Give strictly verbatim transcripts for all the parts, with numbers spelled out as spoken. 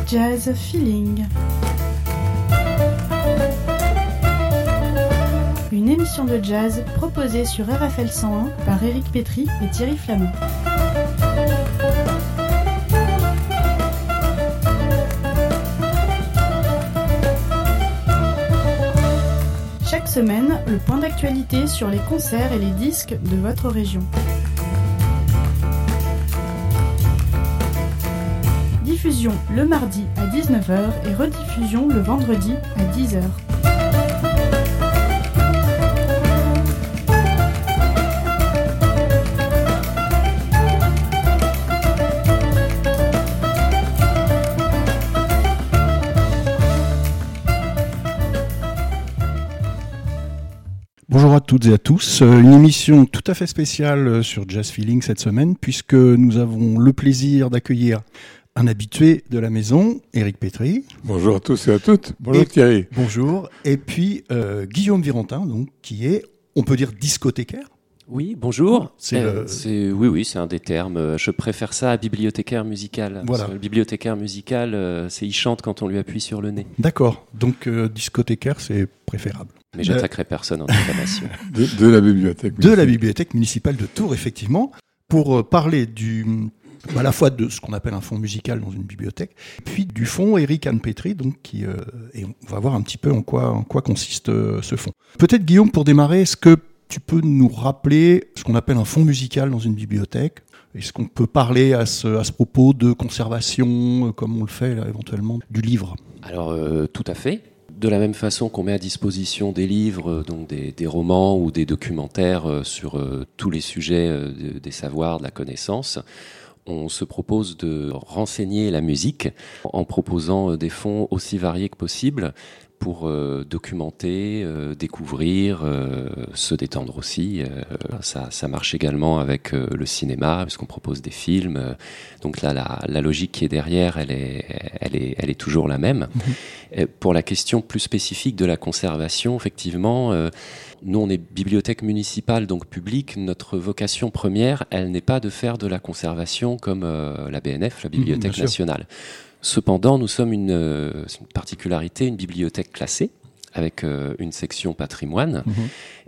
Jazz Feeling. Une émission de jazz proposée sur R F L cent un par Éric Pétry et Thierry Flamand. Chaque semaine, le point d'actualité sur les concerts et les disques de votre région. Diffusion le mardi à dix-neuf heures et rediffusion le vendredi à dix heures. Bonjour à toutes et à tous, une émission tout à fait spéciale sur Jazz Feeling cette semaine puisque nous avons le plaisir d'accueillir un habitué de la maison, Éric Pétry. Bonjour à tous et à toutes. Bonjour et, Thierry. Bonjour. Et puis euh, Guillaume Virentin, donc, qui est, on peut dire, discothécaire. Oui, bonjour. C'est euh, le... c'est, oui, oui, c'est un des termes. Je préfère ça à bibliothécaire musical. Voilà. Le bibliothécaire musical, euh, c'est il chante quand on lui appuie sur le nez. D'accord. Donc euh, discothécaire, c'est préférable. Mais j'attaquerai personne en diffamation. de, de la bibliothèque. De la bibliothèque municipale de Tours, effectivement, pour parler du, à la fois de ce qu'on appelle un fonds musical dans une bibliothèque, puis du fonds Éric Anne Pétry, donc qui, euh, et on va voir un petit peu en quoi, en quoi consiste euh, ce fonds. Peut-être Guillaume, pour démarrer, est-ce que tu peux nous rappeler ce qu'on appelle un fonds musical dans une bibliothèque ? Est-ce qu'on peut parler à ce, à ce propos de conservation, comme on le fait là, éventuellement, du livre ? Alors, euh, tout à fait. De la même façon qu'on met à disposition des livres, donc des, des romans ou des documentaires sur euh, tous les sujets euh, de, des savoirs, de la connaissance, on se propose de renseigner la musique en proposant des fonds aussi variés que possible pour euh, documenter, euh, découvrir, euh, se détendre aussi. Euh, ça, ça marche également avec euh, le cinéma, puisqu'on propose des films. Euh, donc là, la, la logique qui est derrière, elle est, elle est, elle est toujours la même. Mmh. Et pour la question plus spécifique de la conservation, effectivement, euh, nous, on est bibliothèque municipale, donc publique. Notre vocation première, elle n'est pas de faire de la conservation comme euh, la B N F, la Bibliothèque mmh, nationale. Cependant, nous sommes une, euh, une particularité, une bibliothèque classée, avec euh, une section patrimoine. Mmh.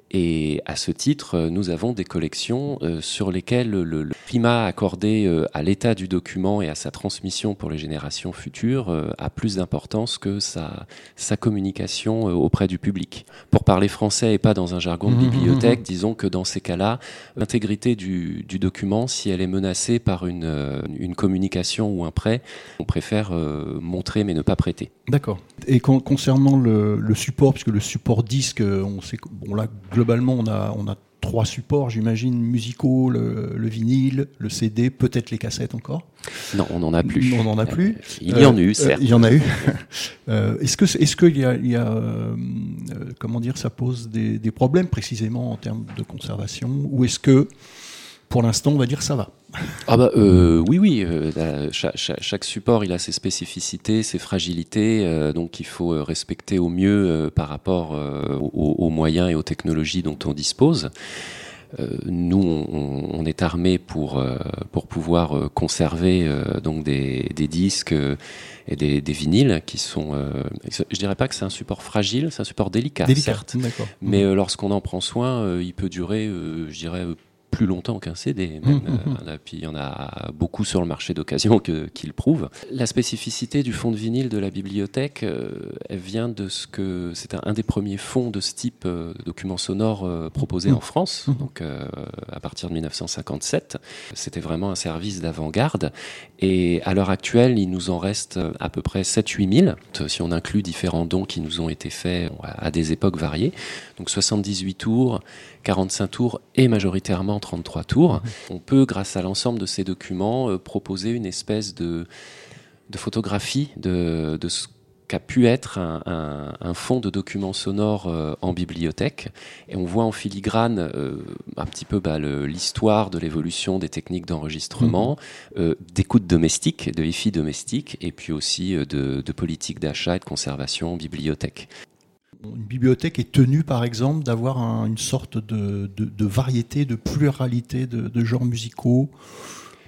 Et à ce titre, nous avons des collections euh, sur lesquelles le, le primat accordé euh, à l'état du document et à sa transmission pour les générations futures euh, a plus d'importance que sa, sa communication euh, auprès du public. Pour parler français et pas dans un jargon de bibliothèque, mmh, mmh. disons que dans ces cas-là, l'intégrité du, du document, si elle est menacée par une, euh, une communication ou un prêt, on préfère euh, montrer mais ne pas prêter. D'accord. Et con- concernant le, le support, puisque le support disque, on sait, bon là, globalement, on a, on a trois supports, j'imagine, musicaux, le, le vinyle, le C D, peut-être les cassettes encore. Non, on n'en a plus. On n'en a plus. Euh, il y en a eu, euh, certes. Il y en a eu. euh, est-ce que, est-ce qu'il y a, il y a euh, comment dire, ça pose des, des problèmes précisément en termes de conservation, ou est-ce que, pour l'instant, on va dire ça va? Ah bah euh, oui oui euh, chaque, chaque, chaque support il a ses spécificités, ses fragilités, euh, donc il faut respecter au mieux euh, par rapport euh, aux, aux moyens et aux technologies dont on dispose. Euh, nous on, on est armés pour euh, pour pouvoir euh, conserver euh, donc des, des disques euh, et des, des vinyles qui sont euh, je dirais pas que c'est un support fragile, c'est un support délicat, délicat certes, d'accord. mais euh, lorsqu'on en prend soin euh, il peut durer euh, je dirais plus longtemps qu'un C D, même. Mmh, euh, puis il y en a beaucoup sur le marché d'occasion que, qui le prouvent. La spécificité du fonds de vinyle de la bibliothèque, euh, elle vient de ce que c'est un, un des premiers fonds de ce type euh, de documents sonores euh, proposés mmh. en France, mmh. donc euh, à partir de dix-neuf cent cinquante-sept. C'était vraiment un service d'avant-garde. Et à l'heure actuelle, il nous en reste à peu près sept à huit mille, si on inclut différents dons qui nous ont été faits à des époques variées. Donc soixante-dix-huit tours, quarante-cinq tours et majoritairement trente-trois tours. On peut, grâce à l'ensemble de ces documents, euh, proposer une espèce de, de photographie de, de ce qu'a pu être un, un, un fonds de documents sonores euh, en bibliothèque. Et on voit en filigrane euh, un petit peu bah, le, l'histoire de l'évolution des techniques d'enregistrement, mmh. euh, d'écoute domestique, de hi-fi domestique, et puis aussi euh, de, de politique d'achat et de conservation en bibliothèque. Une bibliothèque est tenue, par exemple, d'avoir un, une sorte de, de, de variété, de pluralité de, de genres musicaux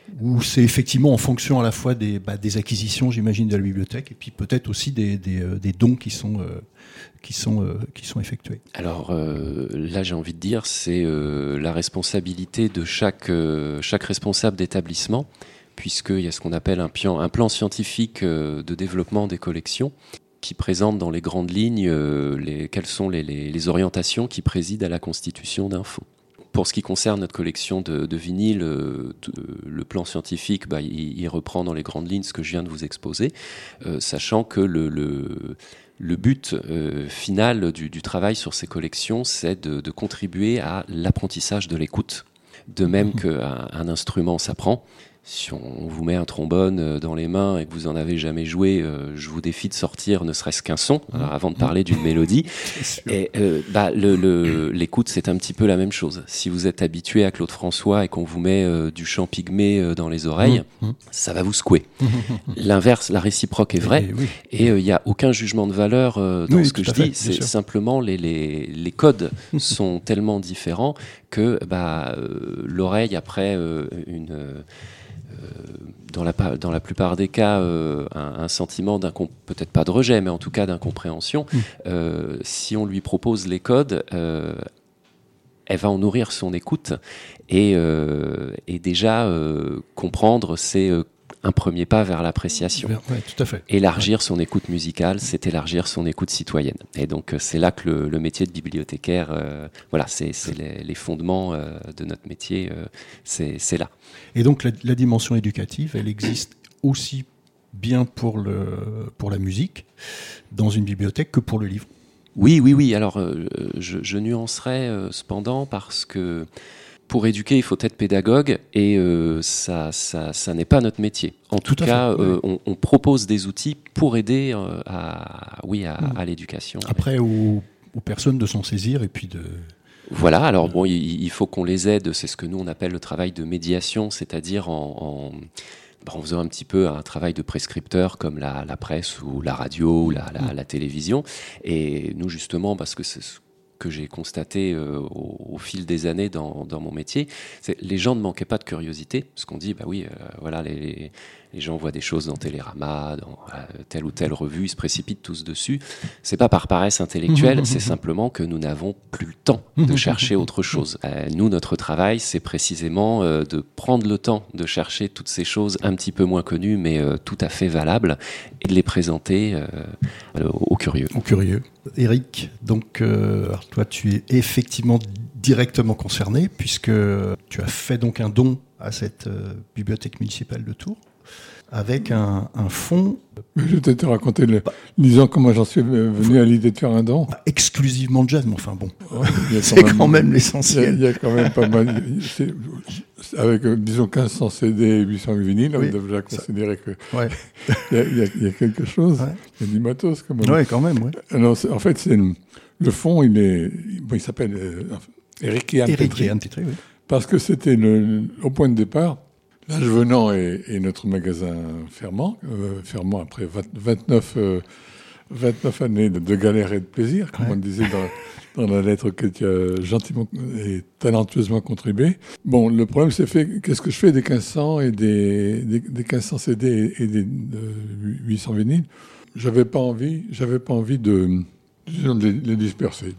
Ou c'est effectivement en fonction à la fois des, bah, des acquisitions, j'imagine, de la bibliothèque, et puis peut-être aussi des, des, euh, des dons qui sont, euh, qui sont, euh, qui sont effectués. Alors euh, là, j'ai envie de dire, c'est euh, la responsabilité de chaque, euh, chaque responsable d'établissement, puisqu'il y a ce qu'on appelle un plan, un plan scientifique euh, de développement des collections, qui présente dans les grandes lignes euh, les, quelles sont les, les, les orientations qui président à la constitution d'un fonds. Pour ce qui concerne notre collection de, de vinyles, euh, de, le plan scientifique, bah, il, il reprend dans les grandes lignes ce que je viens de vous exposer, euh, sachant que le, le, le but euh, final du, du travail sur ces collections, c'est de, de contribuer à l'apprentissage de l'écoute. De même qu'un un instrument s'apprend. Si on vous met un trombone dans les mains et que vous en avez jamais joué, euh, je vous défie de sortir ne serait-ce qu'un son euh, avant de parler d'une mélodie. Et euh, bah, le, le, l'écoute, c'est un petit peu la même chose. Si vous êtes habitué à Claude François et qu'on vous met euh, du chant pygmée euh, dans les oreilles, mmh. ça va vous secouer. L'inverse, la réciproque est vraie. Et oui. il euh, n'y a aucun jugement de valeur euh, dans oui, ce que je dis. Fait, c'est sûr. Simplement les, les, les codes sont tellement différents que bah, euh, l'oreille, après euh, une... Euh, Dans la, dans la plupart des cas, euh, un, un sentiment d'un peut-être pas de rejet, mais en tout cas d'incompréhension. Mmh. Euh, si on lui propose les codes, euh, elle va en nourrir son écoute et, euh, et déjà euh, comprendre c'est euh, un premier pas vers l'appréciation. Ouais, tout à fait. Élargir son écoute musicale, c'est élargir son écoute citoyenne. Et donc c'est là que le, le métier de bibliothécaire, euh, voilà, c'est, c'est les, les fondements euh, de notre métier, euh, c'est, c'est là. Et donc la, la dimension éducative, elle existe aussi bien pour, le, pour la musique dans une bibliothèque que pour le livre. Oui, oui, oui. Alors euh, je, je nuancerais euh, cependant parce que pour éduquer, il faut être pédagogue et euh, ça, ça, ça n'est pas notre métier. En tout, tout cas, fait, euh, oui. on, on propose des outils pour aider euh, à, oui, à, mmh. à l'éducation. Après, aux, aux personnes de s'en saisir et puis de... Voilà, alors bon, il, il faut qu'on les aide, c'est ce que nous on appelle le travail de médiation, c'est-à-dire en, en, en faisant un petit peu un travail de prescripteur comme la, la presse ou la radio ou la, la, mmh. la télévision. Et nous justement, parce que c'est ce que j'ai constaté euh, au, au fil des années dans, dans mon métier, c'est les gens ne manquaient pas de curiosité, parce qu'on dit, bah oui, euh, voilà, les, les, les gens voient des choses dans Télérama, dans euh, telle ou telle revue, ils se précipitent tous dessus. C'est pas par paresse intellectuelle, c'est simplement que nous n'avons plus le temps de chercher autre chose. Euh, nous, notre travail, c'est précisément euh, de prendre le temps de chercher toutes ces choses un petit peu moins connues, mais euh, tout à fait valables, et de les présenter euh, aux curieux. Aux curieux. Éric, donc, euh, alors toi, tu es effectivement directement concerné, puisque tu as fait donc un don à cette euh, bibliothèque municipale de Tours, avec un, un fonds... Je vais peut-être te raconter, le, disons comment j'en suis venu à l'idée de faire un don. Exclusivement de jazz, mais enfin bon, ouais, c'est quand même, quand même l'essentiel. Il y, y a quand même pas mal... C'est, avec, disons, quinze cents C D et huit cents vinyles, oui, on doit déjà considérer qu'il ouais. y, y, y a quelque chose. Il ouais. y a du matos, quand même. Oui, quand même, oui. Alors, en fait, c'est le, le fond, il, est, bon, il s'appelle euh, Éric et Anne Tétry, oui. Parce que c'était le, le, au point de départ, l'âge venant et, et notre magasin fermant, euh, fermant après vingt, vingt-neuf, euh, vingt-neuf années de, de galère et de plaisir, comme ouais. on disait dans... dans la lettre que tu as gentiment et talentueusement contribué. Bon, le problème c'est fait, qu'est-ce que je fais des quinze cents et des, des, des quinze cents C D et des de huit cents vinyles? J'avais pas envie, j'avais pas envie de, de les, les disperser.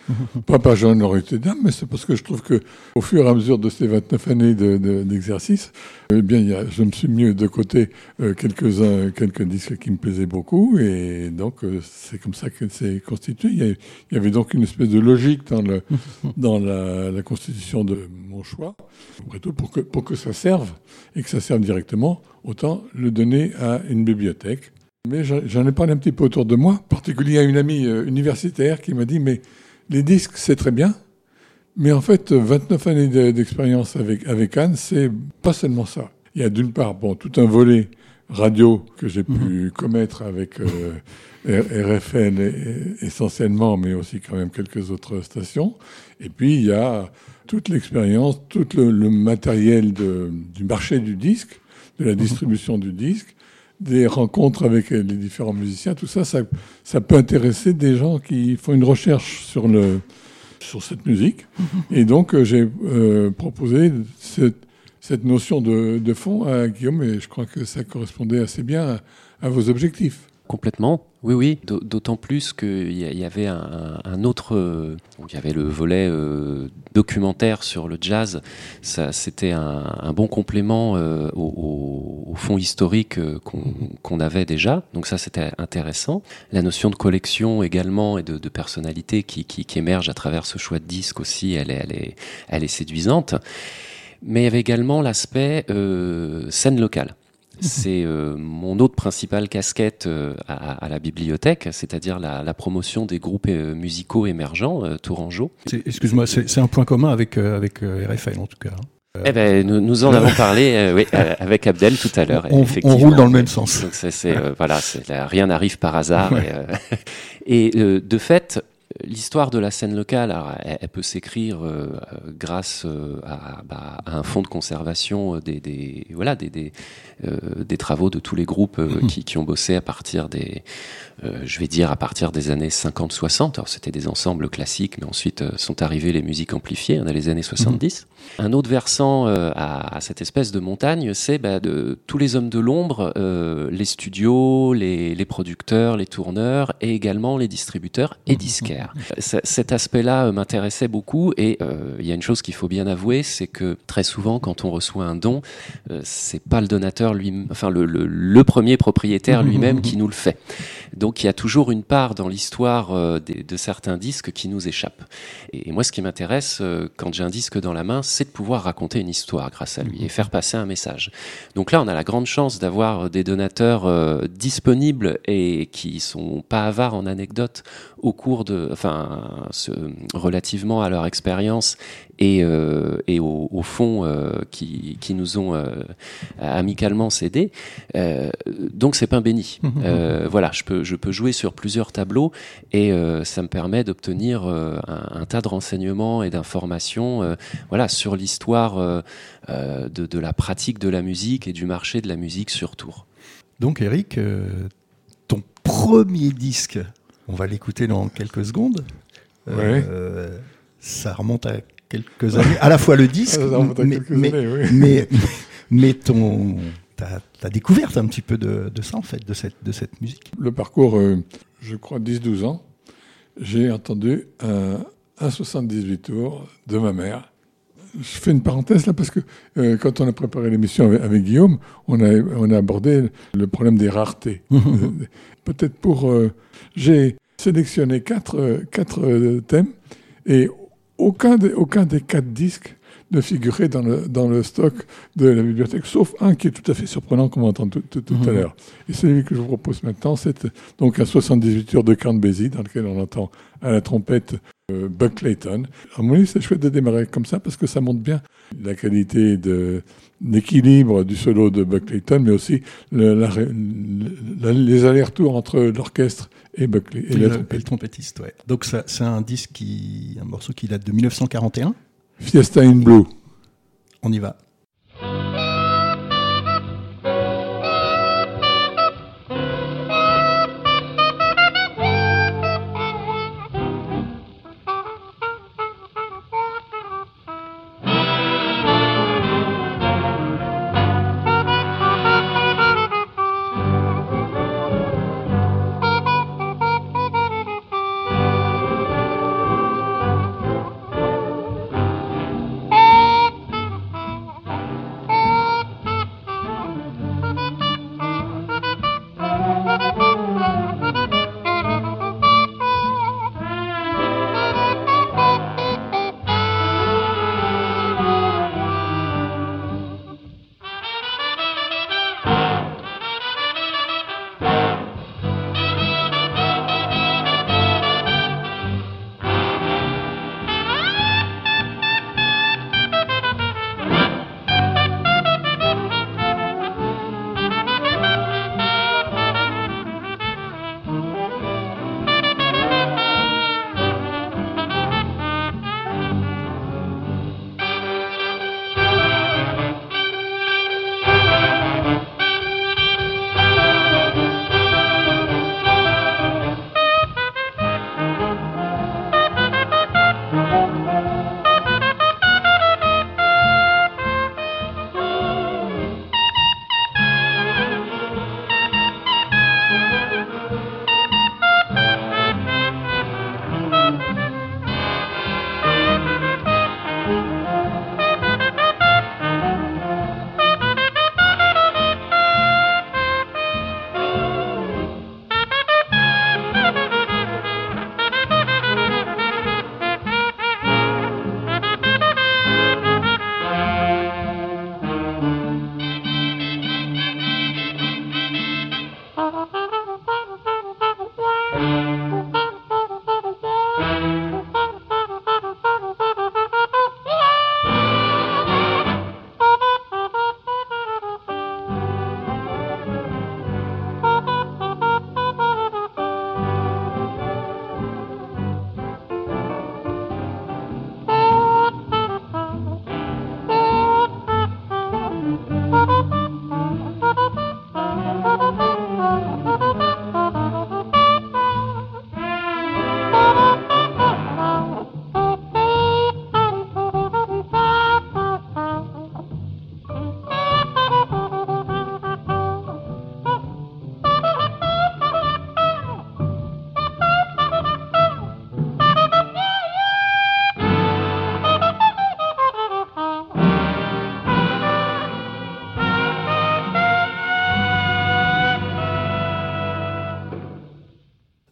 Pas par générosité d'âme, mais c'est parce que je trouve que au fur et à mesure de ces vingt-neuf années de, de, d'exercice, eh bien, il y a, je me suis mis de côté euh, quelques-uns, quelques disques qui me plaisaient beaucoup, et donc euh, c'est comme ça que c'est constitué. Il y, a, il y avait donc une espèce de logique dans, le, dans la, la constitution de mon choix. Après tout, pour que, pour que ça serve, et que ça serve directement, autant le donner à une bibliothèque. Mais j'en ai parlé un petit peu autour de moi, en particulier à une amie euh, universitaire qui m'a dit « mais les disques, c'est très bien, mais en fait, vingt-neuf années d'expérience avec, avec Anne, c'est pas seulement ça. Il y a d'une part, bon, tout un volet radio que j'ai mmh. pu commettre avec euh, R F L et, essentiellement, mais aussi quand même quelques autres stations. Et puis, il y a toute l'expérience, tout le, le matériel de, du marché du disque, de la distribution mmh. du disque, des rencontres avec les différents musiciens, tout ça, ça, ça peut intéresser des gens qui font une recherche sur, le, sur cette musique. Et donc, euh, j'ai euh, proposé cette, cette notion de, de fond à Guillaume, et je crois que ça correspondait assez bien à, à vos objectifs. Complètement, oui, oui. D'autant plus qu'il y avait un, un autre... Euh, il y avait le volet euh, documentaire sur le jazz. Ça, c'était un, un bon complément euh, au, au fond historique euh, qu'on, qu'on avait déjà. Donc ça, c'était intéressant. La notion de collection également et de, de personnalité qui, qui, qui émerge à travers ce choix de disque aussi, elle est, elle est, elle est séduisante. Mais il y avait également l'aspect euh, scène locale. C'est euh, mon autre principale casquette euh, à, à la bibliothèque, c'est-à-dire la, la promotion des groupes euh, musicaux émergents, euh, tourangeaux. C'est, excuse-moi, c'est, c'est un point commun avec, euh, avec euh, R F L en tout cas. Euh, eh ben, nous, nous en avons parlé euh, oui, euh, avec Abdel tout à l'heure. On, on roule dans le même sens. Donc c'est, c'est, euh, voilà, c'est, là, rien n'arrive par hasard. Ouais. Et, euh, et euh, de fait, l'histoire de la scène locale, alors, elle, elle peut s'écrire euh, grâce euh, à, bah, à un fonds de conservation des, des voilà des des, euh, des travaux de tous les groupes euh, qui, qui ont bossé à partir des euh, je vais dire à partir des années cinquante soixante. Alors c'était des ensembles classiques, mais ensuite euh, sont arrivées les musiques amplifiées dans les années soixante-dix. Mmh. Un autre versant euh, à, à cette espèce de montagne, c'est bah, de tous les hommes de l'ombre, euh, les studios, les, les producteurs, les tourneurs et également les distributeurs et disquaires. C- cet aspect-là euh, m'intéressait beaucoup et il euh, y a une chose qu'il faut bien avouer, c'est que très souvent quand on reçoit un don, euh, c'est pas le donateur lui, enfin le, le, le premier propriétaire lui-même qui nous le fait. Donc il y a toujours une part dans l'histoire euh, de, de certains disques qui nous échappe. Et, et moi, ce qui m'intéresse euh, quand j'ai un disque dans la main, c'est de pouvoir raconter une histoire grâce à lui et faire passer un message. Donc là, on a la grande chance d'avoir des donateurs euh, disponibles et qui sont pas avares en anecdotes au cours de, enfin, ce, relativement à leur expérience et, euh, et au, au fond euh, qui, qui nous ont euh, amicalement cédé. Euh, donc c'est pain béni. Euh, voilà, je peux je peux jouer sur plusieurs tableaux et euh, ça me permet d'obtenir euh, un, un tas de renseignements et d'informations, euh, voilà, sur l'histoire euh, euh, de, de la pratique de la musique et du marché de la musique sur Tours. Donc Eric, euh, ton premier disque, on va l'écouter dans quelques secondes. Euh, ouais. Ça remonte à quelques années, à la fois le disque, mais, mais, années, oui. mais, mais ton, ta, ta découverte un petit peu de, de ça, en fait, de cette, de cette musique. Le parcours, euh, je crois, dix douze ans, j'ai entendu un, un soixante-dix-huit tours de ma mère. Je fais une parenthèse là parce que euh, quand on a préparé l'émission avec, avec Guillaume, on a, on a abordé le problème des raretés. euh, peut-être pour... Euh, j'ai sélectionné quatre, euh, quatre euh, thèmes et aucun des, aucun des quatre disques ne figurait dans le, dans le stock de la bibliothèque, sauf un qui est tout à fait surprenant, comme on entend tout, tout, tout mmh. à l'heure. Et celui que je vous propose maintenant, c'est donc un soixante-dix-huit tours de Count Basie, dans lequel on entend à la trompette euh, Buck Clayton. À mon avis, c'est chouette de démarrer comme ça, parce que ça montre bien la qualité de, l'équilibre du solo de Buck Clayton, mais aussi le, la, la, les allers-retours entre l'orchestre et Buck et, et, le, et le trompettiste. Ouais. Donc ça, c'est un disque qui, un morceau qui date de dix-neuf cent quarante et un. Fiesta in Blue. On y va.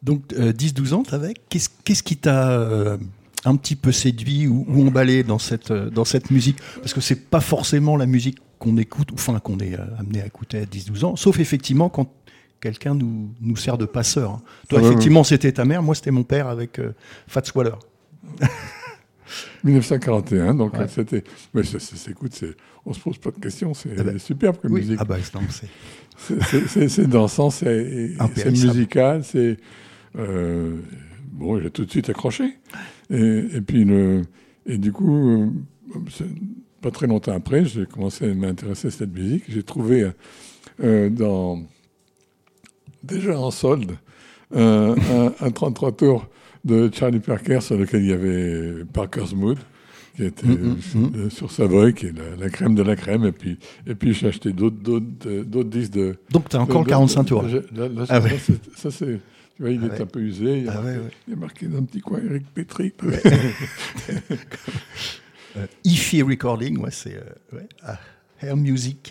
Donc euh, dix douze ans, avec. Qu'est-ce, qu'est-ce qui t'a euh, un petit peu séduit ou, ou emballé dans cette, euh, dans cette musique? Parce que c'est pas forcément la musique qu'on écoute, enfin qu'on est euh, amené à écouter à dix douze ans, sauf effectivement quand quelqu'un nous, nous sert de passeur. Hein. Toi, ouais, effectivement, ouais. C'était ta mère, moi, c'était mon père avec euh, Fats Waller. dix-neuf cent quarante et un, donc ouais. c'était. Mais c'est, c'est, écoute, c'est, on se pose pas de questions, c'est, eh ben, superbe comme oui. musique. Ah bah, non, c'est... C'est, c'est, c'est, c'est dansant, c'est, c'est musical, c'est. Euh, bon, j'ai tout de suite accroché. Et, et puis, le, et du coup, c'est, pas très longtemps après, j'ai commencé à m'intéresser à cette musique. J'ai trouvé euh, dans. Déjà en solde, euh, un, un trente-trois tours de Charlie Parker sur lequel il y avait Parker's Mood, qui était mmh, mmh. sur Savoy, qui est la, la crème de la crème. Et puis, et puis j'ai acheté d'autres, d'autres, d'autres disques de... Donc tu as encore de, le quarante-cinq tours. Là, là, là, ah, ouais. c'est, ça, c'est... Tu vois, il ah, est ouais. un peu usé. Il y a, ah, marqué, ouais, ouais. il y a marqué dans un petit coin Eric Petri. Ouais. euh, Hi-Fi Recording, ouais, c'est... Euh, ouais. ah, Air Music.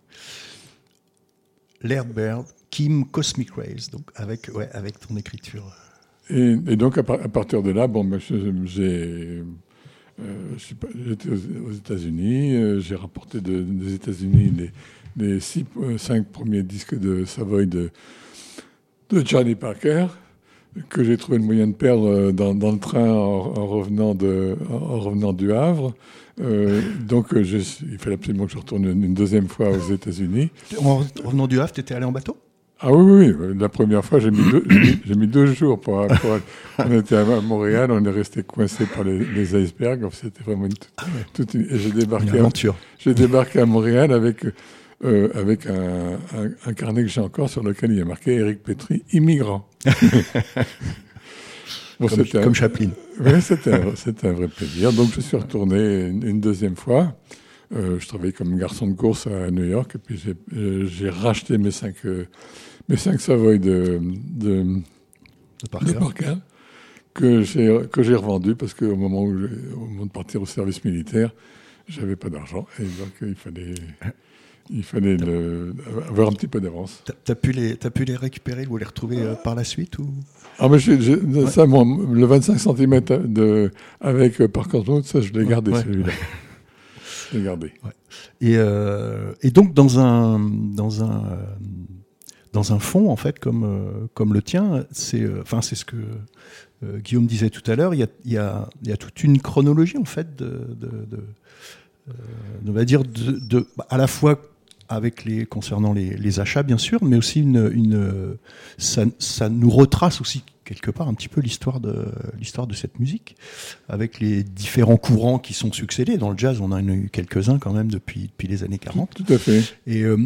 Laird Baird. Kim Cosmic Rays, donc avec, ouais, avec ton écriture. Et, et donc, à, par, à partir de là, bon, ben, j'ai, euh, j'étais aux, aux États-Unis, euh, j'ai rapporté de, des États-Unis les, les six, euh, cinq premiers disques de Savoy de, de Charlie Parker, que j'ai trouvé le moyen de perdre dans, dans le train en, en, revenant de, en revenant du Havre. Euh, donc, je, il fallait absolument que je retourne une, une deuxième fois aux États-Unis. En revenant du Havre, tu étais allé en bateau ? Ah oui, oui, oui, la première fois, j'ai mis deux, j'ai mis, j'ai mis deux jours pour, pour... On était à Montréal, on est resté coincé par les, les icebergs. C'était vraiment une, toute une... Et j'ai débarqué, une aventure. À, j'ai débarqué à Montréal avec, euh, avec un, un, un carnet que j'ai encore sur lequel il y a marqué Eric Petri, immigrant. Bon, comme, c'était comme un, Chaplin. Oui, c'était un, c'était un vrai plaisir. Donc, je suis retourné une, une deuxième fois. Euh, je travaillais comme garçon de course à New York. Et puis, j'ai, euh, j'ai racheté mes cinq, euh, mes cinq Savoy de, de, de Parker, de Parker que, j'ai, que j'ai revendu parce qu'au moment, où j'ai, au moment de partir au service militaire, je n'avais pas d'argent. Et donc, il fallait... Il fallait le, avoir un petit peu d'avance. T'as, t'as, pu les, t'as pu les récupérer ou les retrouver euh, par la suite ou... Ah, mais j'ai, j'ai, ouais. ça, moi, le vingt-cinq centimètres de, avec euh, Parker's Mood, ça, je l'ai gardé, ouais. celui-là. Je l'ai gardé. Ouais. Et, euh, et donc, dans un, dans un, euh, dans un fond, en fait, comme, euh, comme le tien, c'est, enfin, euh, c'est ce que euh, Guillaume disait tout à l'heure, il y a, y a, y a toute une chronologie, en fait, de, de, de, euh, on va dire, de, de, à la fois avec les, concernant les, les achats, bien sûr, mais aussi une, une, ça, ça nous retrace aussi quelque part un petit peu l'histoire de, l'histoire de cette musique, avec les différents courants qui sont succédés. Dans le jazz, on en a eu quelques-uns quand même depuis, depuis les années quarante. Tout, tout à fait. Et, euh,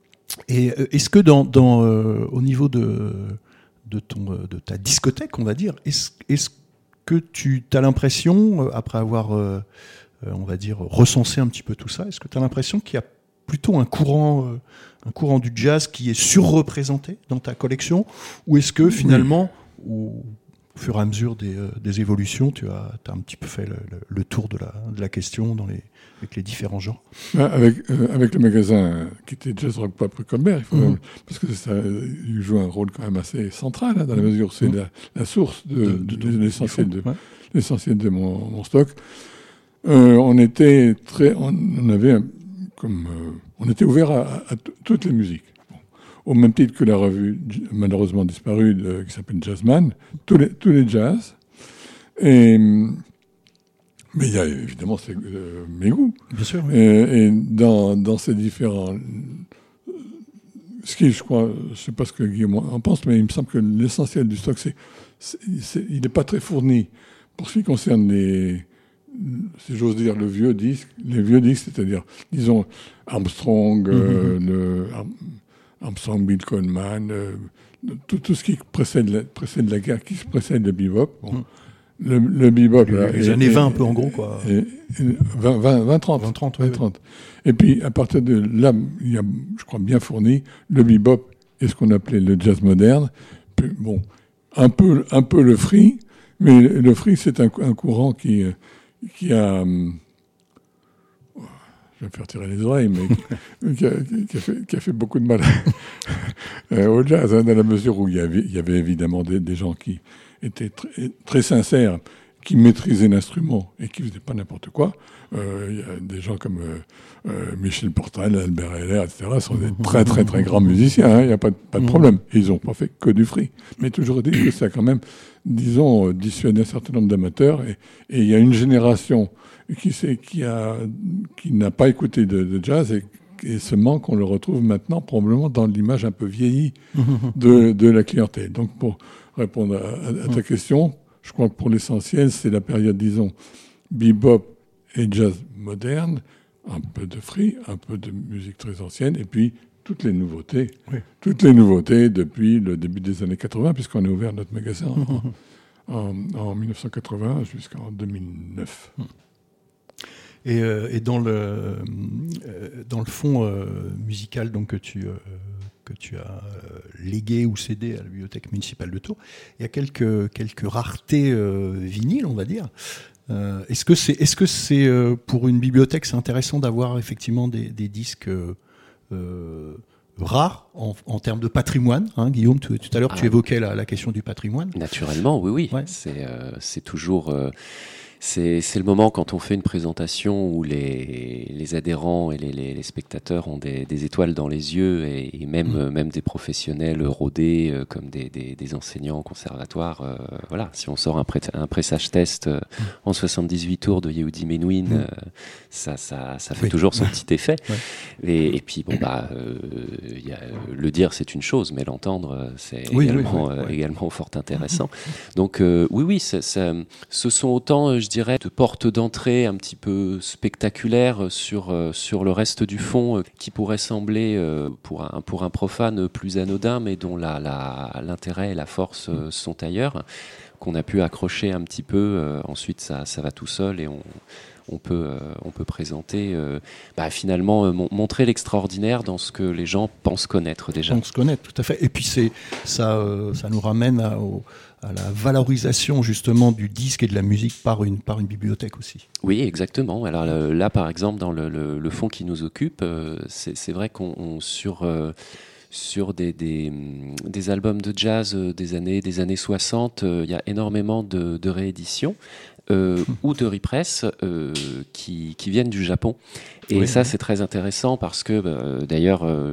et est-ce que dans, dans, euh, au niveau de, de, ton, de ta discothèque, on va dire, est-ce, est-ce que tu as l'impression, après avoir, euh, on va dire, recensé un petit peu tout ça, est-ce que tu as l'impression qu'il y a plutôt un courant, euh, un courant du jazz qui est surreprésenté dans ta collection, ou est-ce que finalement, oui. au, au fur et à mesure des, euh, des évolutions, tu as, as un petit peu fait le, le, le tour de la, de la question dans les, avec les différents genres? Avec, euh, avec le magasin qui était Jazz Rock Pop Colbert, il faut mmh. même, parce que ça, il joue un rôle quand même assez central, hein, dans la mesure où c'est mmh. la, la source de, de, de, de, de l'essentiel, de, ouais. l'essentiel de mon, mon stock. Euh, on était très, on, on avait un, Comme, euh, on était ouvert à, à, à t- toutes les musiques. Bon. Au même titre que la revue malheureusement disparue de, qui s'appelle Jazzman, tous les, tous les jazz. Et, mais il y a évidemment c'est, euh, mes goûts. Bien sûr. Oui. Et, et dans, dans ces différents... Ce qui, je crois, je ne sais pas ce que Guillaume en pense, mais il me semble que l'essentiel du stock, c'est, c'est, c'est il n'est pas très fourni. Pour ce qui concerne les... si j'ose dire, le vieux disque, les vieux disques, c'est-à-dire, disons, Armstrong, mm-hmm. euh, le, Armstrong, Bill Coleman, euh, tout, tout ce qui précède la, précède la guerre, qui précède le bebop. Bon. Mm. Le, le bebop... Les, là, les et, années vingt, et, un peu en gros, quoi. Et, et vingt, vingt, vingt, trente. vingt, trente, vingt, oui, trente. Oui. Et puis, à partir de là, il y a, je crois, bien fourni, le bebop et ce qu'on appelait le jazz moderne. Puis, bon, un peu, un peu le free, mais le free, c'est un, un courant qui... qui a, je vais me faire tirer les oreilles, mais qui, qui, a, qui, a fait, qui a fait beaucoup de mal au jazz, hein, dans la mesure où il y avait, il y avait évidemment des, des gens qui étaient très, très sincères, qui maîtrisaient l'instrument et qui ne faisaient pas n'importe quoi. Euh, il y a des gens comme euh, euh, Michel Portal, Albert Heller, et cetera, sont des très très très grands musiciens, hein, il n'y a pas, pas de problème. Et ils n'ont pas fait que du free. Mais toujours dit que ça a quand même, disons, dissuadé un certain nombre d'amateurs. Et, et il y a une génération qui, qui, a, qui n'a pas écouté de, de jazz et, et ce manque, on le retrouve maintenant probablement dans l'image un peu vieillie de, de la clientèle. Donc pour répondre à, à ta question, je crois que pour l'essentiel, c'est la période, disons, bebop et jazz moderne, un peu de free, un peu de musique très ancienne, et puis toutes les nouveautés. Oui. Toutes les nouveautés depuis le début des années quatre-vingts, puisqu'on a ouvert notre magasin en, en, en dix-neuf cent quatre-vingts jusqu'en deux mille neuf. Et, euh, et dans, le, euh, dans le fond euh, musical donc, que tu... Euh, que tu as légué ou cédé à la bibliothèque municipale de Tours, il y a quelques, quelques raretés euh, vinyles, on va dire. Euh, est-ce que c'est, est-ce que c'est euh, pour une bibliothèque, c'est intéressant d'avoir effectivement des, des disques euh, euh, rares en, en termes de patrimoine, hein, Guillaume, tout, tout à l'heure ah, tu évoquais la, la question du patrimoine. Naturellement, oui, oui. Ouais. C'est, euh, c'est toujours... Euh C'est, c'est le moment quand on fait une présentation où les, les adhérents et les, les, les spectateurs ont des, des étoiles dans les yeux et, et même, mmh. même des professionnels rodés euh, comme des, des, des enseignants au conservatoire. Euh, voilà, si on sort un, pré, un pressage test euh, mmh. en soixante-dix-huit tours de Yehudi Menuhin, mmh. euh, ça, ça, ça fait oui. toujours son petit effet. Ouais. Et, et puis, bon, bah, euh, y a, le dire, c'est une chose, mais l'entendre, c'est oui, également, oui, oui, euh, oui. également fort intéressant. Donc, euh, oui, oui, ça, ça, ce sont autant... je dirais, de porte d'entrée un petit peu spectaculaire sur, euh, sur le reste du fond euh, qui pourrait sembler, euh, pour, un, pour un profane, plus anodin, mais dont la, la, l'intérêt et la force euh, sont ailleurs, qu'on a pu accrocher un petit peu. Euh, ensuite, ça, ça va tout seul et on, on, peut, euh, on peut présenter, euh, bah, finalement, euh, montrer l'extraordinaire dans ce que les gens pensent connaître déjà. Pensent connaître, tout à fait. Et puis, c'est, ça, euh, ça nous ramène à, au à la valorisation justement du disque et de la musique par une, par une bibliothèque aussi. Oui, exactement. Alors là, par exemple, dans le, le, le fonds qui nous occupe, euh, c'est, c'est vrai qu'on on, sur, euh, sur des, des, des albums de jazz des années, des années soixante, il euh, y a énormément de, de rééditions. Euh, ou de repress euh, qui, qui viennent du Japon. Et oui, ça, oui. c'est très intéressant parce que, bah, d'ailleurs, euh,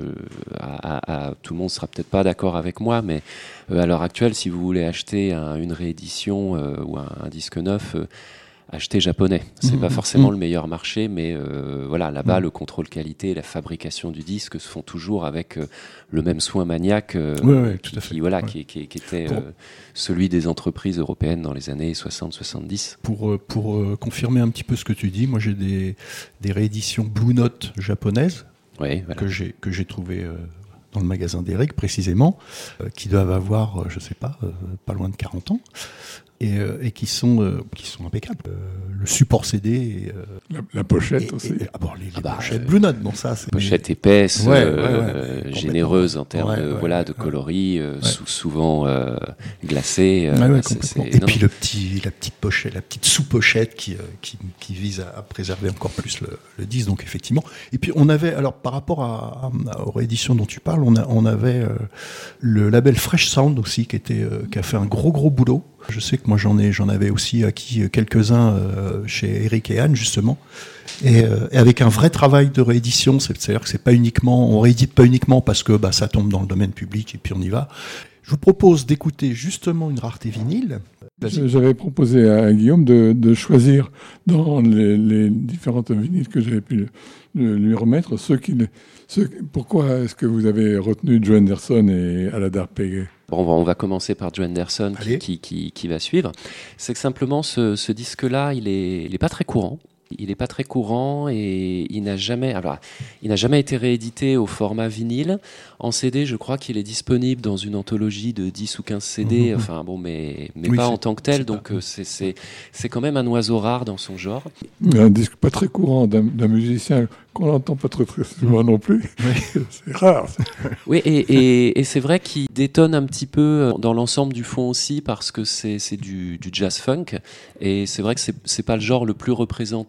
à, à, tout le monde ne sera peut-être pas d'accord avec moi, mais euh, à l'heure actuelle, si vous voulez acheter un, une réédition euh, ou un, un disque neuf, euh, achetez japonais. C'est mmh, pas forcément mmh. le meilleur marché, mais euh, voilà, là-bas, mmh. le contrôle qualité et la fabrication du disque se font toujours avec euh, le même soin maniaque euh, oui, oui, qui, tout à fait. Qui, voilà, ouais. qui, qui, qui était euh, celui des entreprises européennes dans les années soixante soixante-dix. Pour, pour euh, confirmer un petit peu ce que tu dis, moi j'ai des, des rééditions Blue Note japonaises oui, voilà. que j'ai, que j'ai trouvées euh, dans le magasin d'Eric précisément, euh, qui doivent avoir, euh, je sais pas, euh, pas loin de quarante ans. Et, euh, et qui sont euh, qui sont impeccables. Euh, le support C D, et, euh, la, la pochette et, aussi. Et, ah bon, les, les ah bah, pochettes euh, Blue Note, bon ça, c'est pochette épaisse, ouais, euh, ouais, ouais, généreuse en termes ouais, de ouais, voilà ouais, de coloris, ouais. euh, sou- souvent euh, glacée. Euh, ouais, ouais, c'est, c'est, et non. puis le petit, la petite pochette, la petite sous-pochette qui, euh, qui qui vise à, à préserver encore plus le, le disque. Donc effectivement. Et puis on avait, alors par rapport à, à aux rééditions dont tu parles, on a on avait euh, le label Fresh Sound aussi qui était euh, qui a fait un gros gros boulot. Je sais que moi j'en ai, j'en avais aussi acquis quelques-uns euh, chez Eric et Anne justement, et, euh, et avec un vrai travail de réédition, c'est-à-dire que c'est pas uniquement, on réédite pas uniquement parce que bah ça tombe dans le domaine public et puis on y va. Je vous propose d'écouter justement une rareté vinyle. Vas-y. J'avais proposé à Guillaume de, de choisir dans les, les différentes vinyles que j'avais pu le, lui remettre ceux qui, ceux, pourquoi est-ce que vous avez retenu Joe Henderson et Aladar Peggy? Bon, on, va, on va commencer par Joe Henderson qui, qui, qui, qui va suivre. C'est que simplement ce, ce disque-là, il est, il est pas très courant. Il n'est pas très courant et il n'a jamais, alors, il n'a jamais été réédité au format vinyle. En C D, je crois qu'il est disponible dans une anthologie de dix ou quinze C D, mmh. enfin bon, mais, mais oui, pas en tant que tel. Donc pas... c'est, c'est, c'est quand même un oiseau rare dans son genre. Mais un disque pas très courant d'un, d'un musicien qu'on n'entend pas très, très souvent non plus. Oui. C'est rare. Oui, et, et, et c'est vrai qu'il détonne un petit peu dans l'ensemble du fond aussi parce que c'est, c'est du, du jazz funk. Et c'est vrai que c'est, c'est pas le genre le plus représenté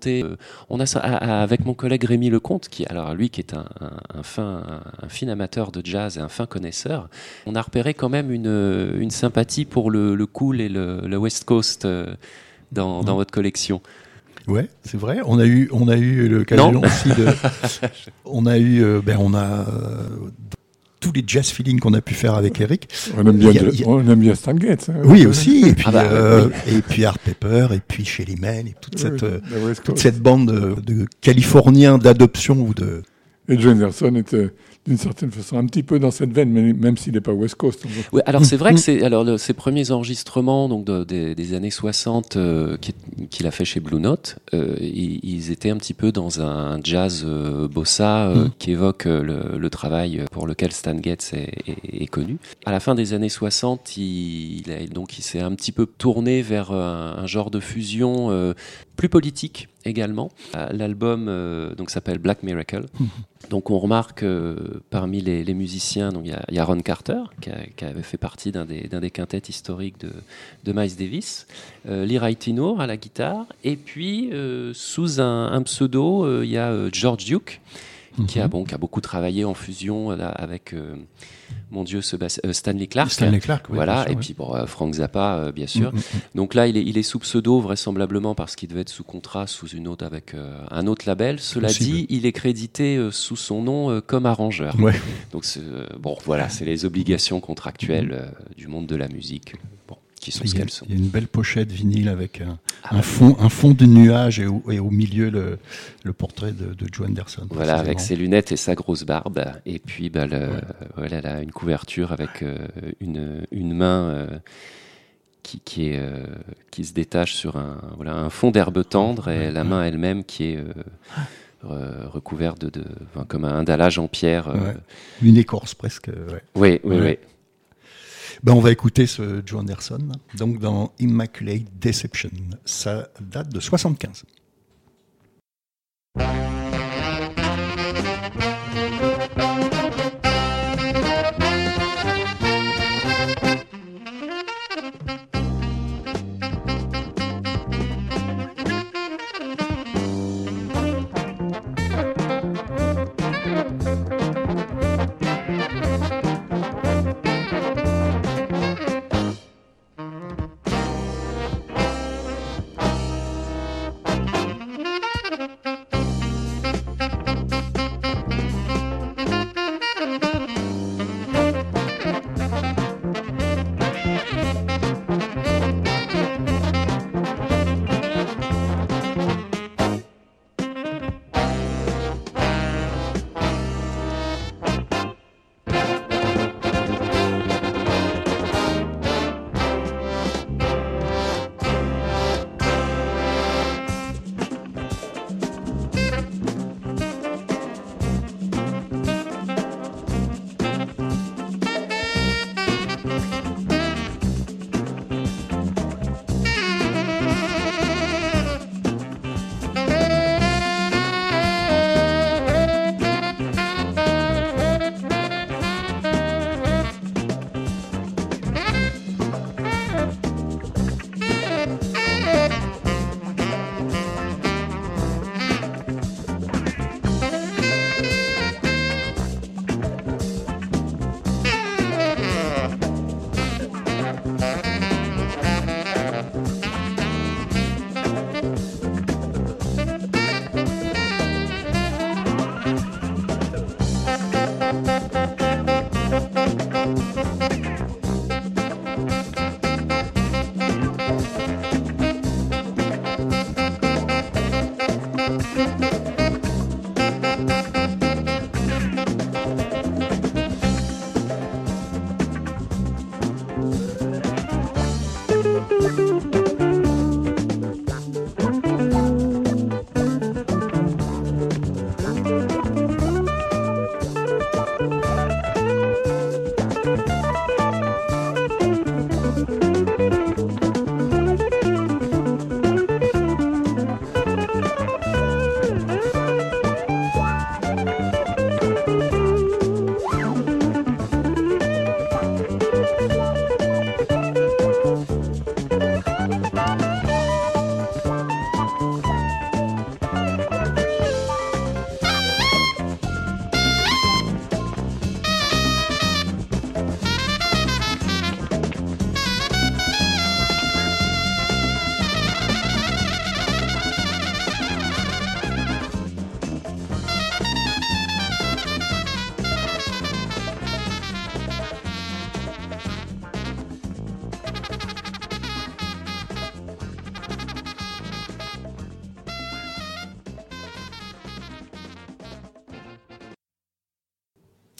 expérimenté. Euh, on a ça à, à, avec mon collègue Rémi Lecomte, qui alors lui qui est un, un, un fin un, un fin amateur de jazz et un fin connaisseur. On a repéré quand même une une sympathie pour le, le cool et le, le West Coast euh, dans, mmh. dans votre collection. Ouais, c'est vrai. On a eu, on a eu l'occasion aussi de. on a eu, euh, ben on a euh, tous les jazz feelings qu'on a pu faire avec Eric. On aime bien, a, a... on aime bien Stan Getz. Hein, oui aussi. Et puis, ah bah, euh, oui. et puis Art Pepper, et puis Shelly Man, et toute oui, cette, euh, toute cette bande de, de Californiens d'adoption ou de. Et Joe Henderson était d'une certaine façon un petit peu dans cette veine, mais même s'il n'est pas West Coast. Oui, alors c'est vrai que c'est alors le, ses premiers enregistrements donc de, de, des années soixante euh, qu'il a fait chez Blue Note, euh, ils, ils étaient un petit peu dans un jazz euh, bossa euh, mm. qui évoque euh, le, le travail pour lequel Stan Getz est, est, est connu. À la fin des années soixante, il, il, a, donc il s'est un petit peu tourné vers un, un genre de fusion euh, plus politique également. L'album euh, donc s'appelle Black Miracle. Mm. Donc on remarque euh, parmi les, les musiciens, donc il y, y a Ron Carter qui, a, qui avait fait partie d'un des, d'un des quintets historiques de, de Miles Davis, euh, Lee Ritenour à la guitare, et puis euh, sous un, un pseudo, euh, il y a euh, George Duke mm-hmm. qui a bon qui a beaucoup travaillé en fusion là, avec euh, mon Dieu Sebast- euh, Stanley Clarke. Stanley Clarke, oui, voilà, sûr, et oui. puis bon, euh, Frank Zappa, euh, bien sûr. Mm-hmm. Donc là, il est, il est sous pseudo vraisemblablement parce qu'il devait être sous contrat sous une autre avec euh, un autre label. Cela Possible. dit, il est crédité euh, sous son nom euh, comme arrangeur. Ouais. Donc c'est, euh, bon, voilà, c'est les obligations contractuelles euh, du monde de la musique. Bon. Qui sont il, ce y a, qu'elles sont. Il y a une belle pochette vinyle avec un, ah, un, fond, un fond de nuage et au, et au milieu le, le portrait de, de Joe Henderson. Voilà, avec ses lunettes et sa grosse barbe. Et puis bah, le, ouais. voilà, elle a une couverture avec euh, une, une main euh, qui, qui, est, euh, qui se détache sur un, voilà, un fond d'herbe tendre et ouais, la ouais. main elle-même qui est euh, re, recouverte de, de, enfin, comme un dallage en pierre. Euh... Ouais. Une écorce presque. Ouais. Oui, oui, ouais. oui. Ben, on va écouter ce Joe Henderson, donc dans Immaculate Deception. Ça date de soixante-quinze.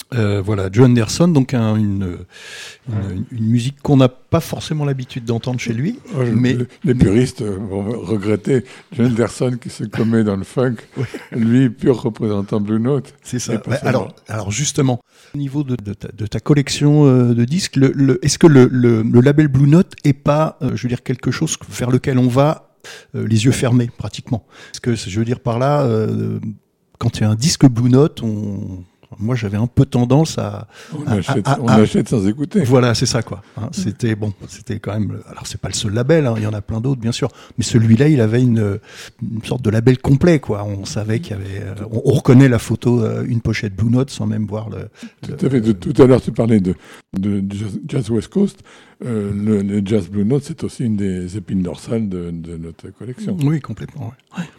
Euh, voilà, Joe Henderson, donc un, une, une, une musique qu'on n'a pas forcément l'habitude d'entendre chez lui. Oh, mais les puristes vont regretter Joe Henderson qui se commet dans le funk. Oui. Lui, pur représentant Blue Note. C'est ça. Bah, alors, alors justement, au niveau de, de, ta, de ta collection euh, de disques, le, le, est-ce que le, le, le label Blue Note est pas, euh, je veux dire, quelque chose vers lequel on va euh, les yeux fermés pratiquement? Parce que je veux dire par là, euh, quand il y a un disque Blue Note, on moi, j'avais un peu tendance à... On, à, achète, à, à, on achète sans écouter. Voilà, c'est ça, quoi. Hein, c'était bon, c'était quand même... Alors, c'est pas le seul label, hein, il y en a plein d'autres, bien sûr. Mais celui-là, il avait une, une sorte de label complet, quoi. On savait qu'il y avait... On, on reconnaît la photo, une pochette Blue Note, sans même voir le... le tout à fait. De, tout à l'heure, tu parlais de, de Jazz West Coast. Euh, le, le Jazz Blue Note, c'est aussi une des épines dorsales de, de notre collection. Oui, complètement, ouais. Ouais.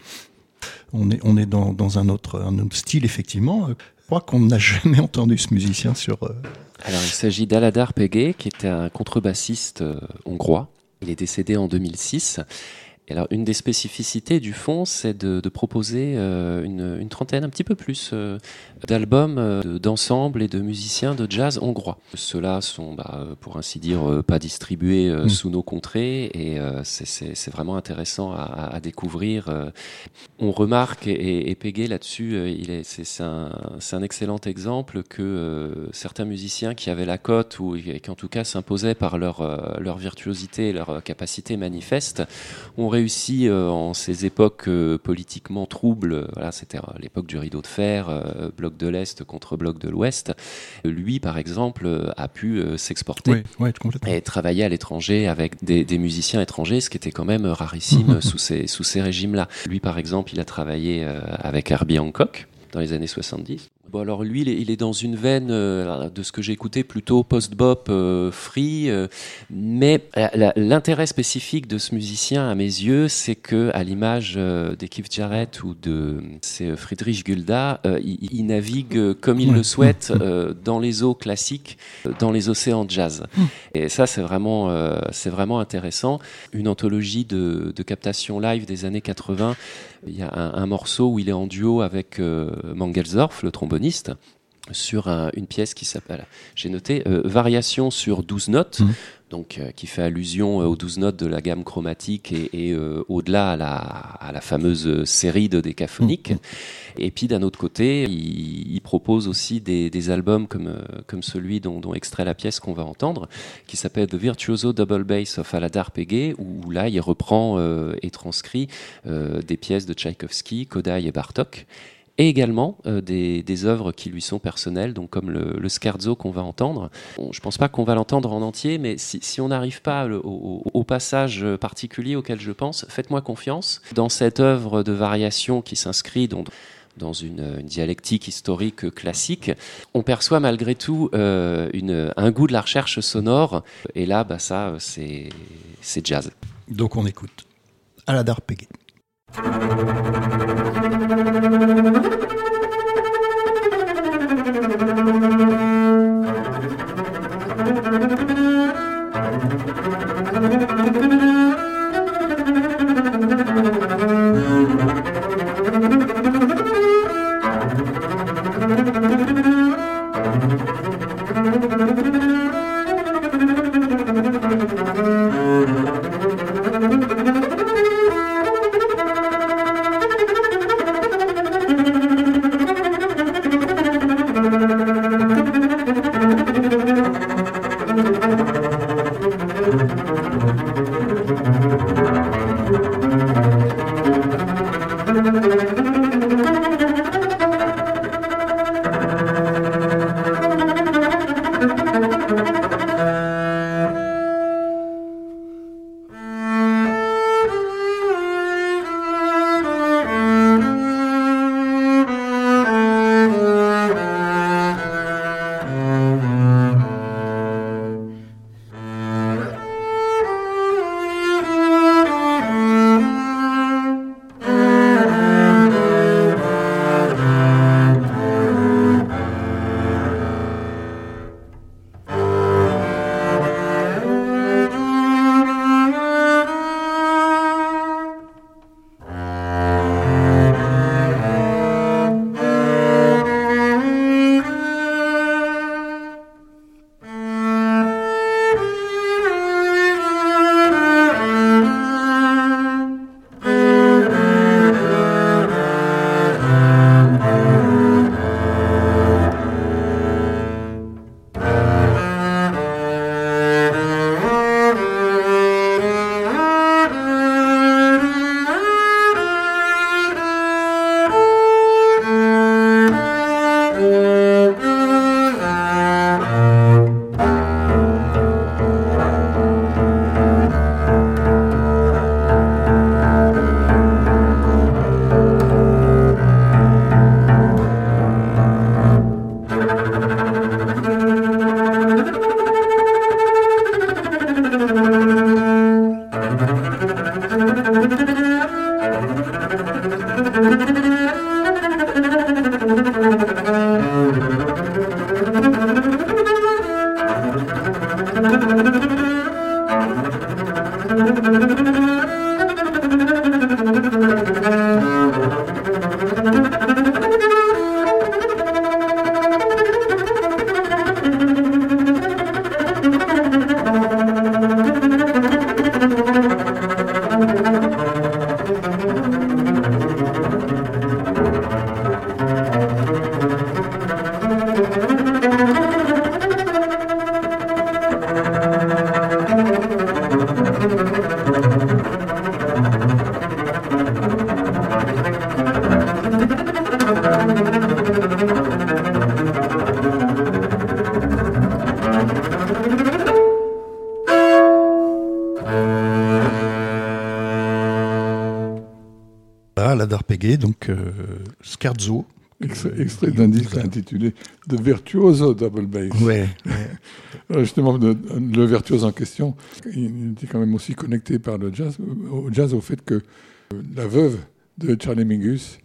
On est, on est dans, dans un, autre, un autre style, effectivement. Je crois qu'on n'a jamais entendu ce musicien sur... Euh... Alors, il s'agit d'Aladar Pege, qui était un contrebassiste euh, hongrois. Il est décédé en deux mille six. Et alors, une des spécificités du fond, c'est de, de proposer euh, une, une trentaine, un petit peu plus, euh, d'albums, euh, d'ensembles et de musiciens de jazz hongrois. Ceux-là sont, bah, pour ainsi dire, euh, pas distribués euh, mmh. sous nos contrées, et euh, c'est, c'est, c'est vraiment intéressant à, à découvrir. Euh, on remarque, et, et Pege là-dessus, euh, il est, c'est, c'est, un, c'est un excellent exemple que euh, certains musiciens qui avaient la cote, ou et qui en tout cas s'imposaient par leur, euh, leur virtuosité et leur capacité manifeste, ont réussi euh, en ces époques euh, politiquement troubles, euh, voilà, c'était euh, l'époque du rideau de fer, euh, bloc de l'Est contre bloc de l'Ouest. Lui, par exemple, euh, a pu euh, s'exporter oui, oui, complètement. Et travailler à l'étranger avec des, des musiciens étrangers, ce qui était quand même rarissime sous ces, sous ces régimes-là. Lui, par exemple, il a travaillé euh, avec Herbie Hancock dans les années soixante-dix. Bon, alors lui, il est, il est dans une veine, euh, de ce que j'ai écouté, plutôt post-bop, euh, free, euh, mais la, la, l'intérêt spécifique de ce musicien, à mes yeux, c'est que, à l'image euh, des Keith Jarrett ou de c'est Friedrich Gulda, euh, il, il navigue comme il ouais. le souhaite euh, dans les eaux classiques, dans les océans de jazz. Et ça, c'est vraiment, euh, c'est vraiment intéressant. Une anthologie de, de captation live des années quatre-vingts. Il y a un, un morceau où il est en duo avec euh, Mangelsdorff, le tromboniste, sur un, une pièce qui s'appelle, j'ai noté, euh, Variation sur douze notes, mmh. donc euh, qui fait allusion euh, aux douze notes de la gamme chromatique et, et euh, au-delà à la, à la fameuse série de décaphoniques. Mmh. Et puis d'un autre côté, il, il propose aussi des, des albums comme, euh, comme celui dont, dont extrait la pièce qu'on va entendre, qui s'appelle The Virtuoso Double Bass of Aladar Pege, où là il reprend euh, et transcrit euh, des pièces de Tchaïkovski, Kodály et Bartók. Et également euh, des, des œuvres qui lui sont personnelles, donc comme le, le scherzo qu'on va entendre. Bon, je ne pense pas qu'on va l'entendre en entier, mais si, si on n'arrive pas le, au, au passage particulier auquel je pense, faites-moi confiance. Dans cette œuvre de variation qui s'inscrit dans, dans une, une dialectique historique classique, on perçoit malgré tout euh, une, un goût de la recherche sonore. Et là, bah, ça, c'est, c'est jazz. Donc on écoute Aladar Pege. Thank you. Donc, euh, Scherzo. Extrait, extrait d'un disque intitulé The Virtuoso Double Bass. Ouais, ouais. Justement, le, le virtuose en question, il était quand même aussi connecté par le jazz, au jazz au fait que la veuve de Charlie Mingus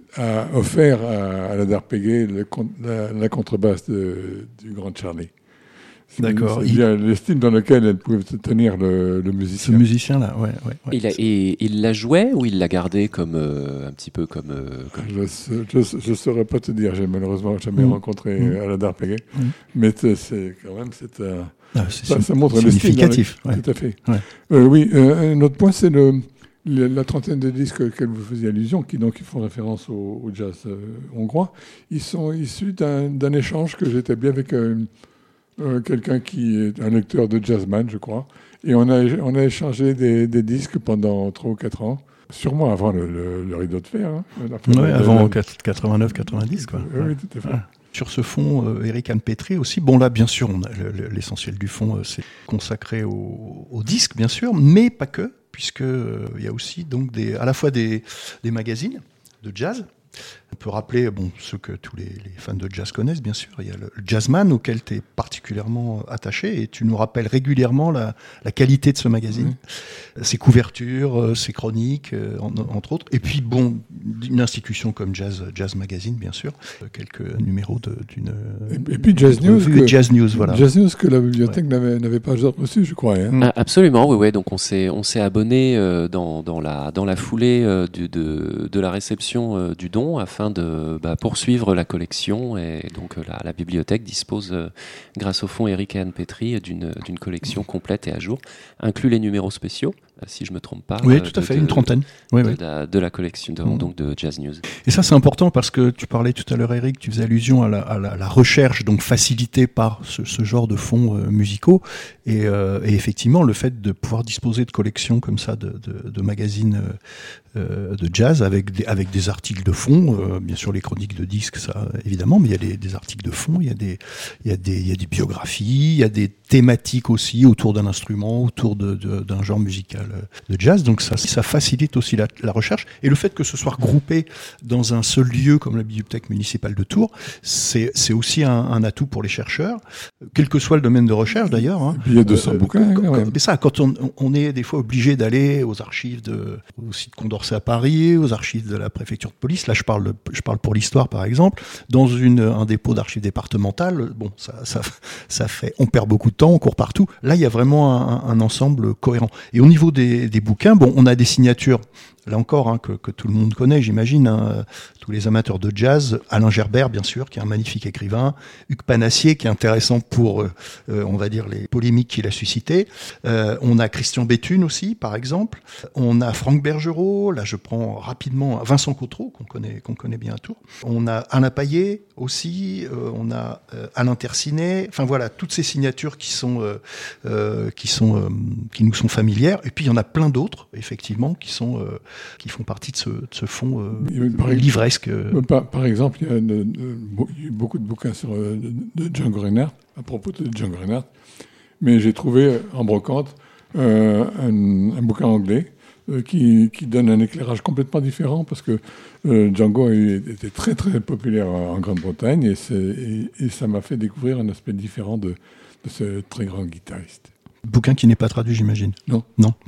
a offert à, à la Darpegay le, la, la contrebasse de, du grand Charlie. D'accord. Il y a le style dans lequel elle pouvait tenir le, le musicien. Ce musicien-là, ouais. ouais, ouais. Il, a, et, il la jouait ou il l'a gardé comme, euh, un petit peu comme... Euh, comme... Je ne saurais pas te dire, j'ai malheureusement jamais mmh. rencontré mmh. Aladar Darpegay, mmh. mais c'est quand même... C'est, euh, ah, c'est ça, ça montre le style. Significatif. Le... Ouais. Tout à fait. Ouais. Euh, oui, euh, un autre point, c'est le, le, la trentaine de disques auxquels vous faisiez allusion, qui donc font référence au, au jazz euh, hongrois. Ils sont issus d'un, d'un échange que j'ai établi avec... Euh, Euh, quelqu'un qui est un lecteur de jazzman, je crois. Et on a, on a échangé des, des disques pendant trois ou quatre ans, sûrement avant le, le, le rideau de fer. Hein, oui, avant quatre-vingt-neuf quatre-vingt-dix, quoi. Oui, ouais. tout à fait. Ouais. Sur ce fond, euh, Eric Anne Petri aussi. Bon, là, bien sûr, on a le, le, l'essentiel du fond, euh, c'est consacré au, au disque, bien sûr, mais pas que, puisque euh, il y a aussi donc des, à la fois des, des magazines de jazz. On peut rappeler, bon, ce que tous les, les fans de jazz connaissent, bien sûr. Il y a le Jazzman, auquel tu es particulièrement attaché, et tu nous rappelles régulièrement la, la qualité de ce magazine, mmh. ses couvertures, ses chroniques, en, entre autres. Et puis, bon, une institution comme Jazz, Jazz Magazine, bien sûr, quelques numéros de, d'une... Et, et puis Jazz News, que, Jazz News, voilà. Jazz News que la bibliothèque ouais. n'avait, n'avait pas reçu, je crois. Hein. Ah, absolument, oui, oui. Donc on s'est, on s'est abonné euh, dans, dans, la, dans la foulée euh, du, de, de la réception euh, du don, afin de bah, poursuivre la collection, et donc la, la bibliothèque dispose, euh, grâce au fonds Eric et Anne Petri, d'une, d'une collection complète et à jour, inclut les numéros spéciaux, si je me trompe pas. Oui, tout à de, fait, de, une trentaine. Oui, de, oui. de, la, de la collection de, mmh. donc de Jazz News. Et ça, c'est important parce que tu parlais tout à l'heure, Eric, tu faisais allusion à la, à la, à la recherche, donc facilitée par ce, ce genre de fonds euh, musicaux. Et, euh, et effectivement, le fait de pouvoir disposer de collections comme ça, de, de, de magazines euh, de jazz avec des, avec des articles de fond, euh, bien sûr les chroniques de disques, ça évidemment, mais il y a des, des articles de fond, il y a des, il y a des, il y a des biographies, il y a des thématiques aussi autour d'un instrument, autour de, de, d'un genre musical de jazz. Donc ça, ça facilite aussi la, la recherche. Et le fait que ce soit regroupé dans un seul lieu comme la bibliothèque municipale de Tours, c'est, c'est aussi un, un atout pour les chercheurs, quel que soit le domaine de recherche d'ailleurs. Hein. Il y a deux cents euh, bouquins. Quand, quand même. Mais ça, quand on, on est des fois obligé d'aller aux archives de, au site Condorcet à Paris, aux archives de la préfecture de police, là je parle, de, je parle pour l'histoire par exemple, dans une, un dépôt d'archives départementales, bon, ça, ça, ça fait, on perd beaucoup de temps, on court partout. Là, il y a vraiment un, un ensemble cohérent. Et au niveau des, des bouquins, bon, on a des signatures, là encore, hein, que, que tout le monde connaît, j'imagine, hein, tous les amateurs de jazz. Alain Gerbert, bien sûr, qui est un magnifique écrivain. Hugues Panassier, qui est intéressant pour, euh, on va dire, les polémiques qu'il a suscitées. Euh, on a Christian Béthune aussi, par exemple. On a Franck Bergerot, là je prends rapidement Vincent Cotreau, qu'on connaît, qu'on connaît bien à Tours. On a Alain Paillet aussi, euh, on a euh, Alain Tercinet. Enfin voilà, toutes ces signatures qui sont, euh, euh, qui sont, euh, qui nous sont familières. Et puis il y en a plein d'autres, effectivement, qui sont, euh, qui font partie de ce, de ce fond euh, par livresque. Euh. Par, par exemple, il y a de, de, de, beaucoup de bouquins sur, de, de Django Reinhardt, à propos de Django Reinhardt, mais j'ai trouvé en brocante euh, un, un bouquin anglais euh, qui, qui donne un éclairage complètement différent, parce que euh, Django était très très populaire en, en Grande-Bretagne, et, c'est, et, et ça m'a fait découvrir un aspect différent de, de ce très grand guitariste. Bouquin qui n'est pas traduit, j'imagine. Non. Non, ouais.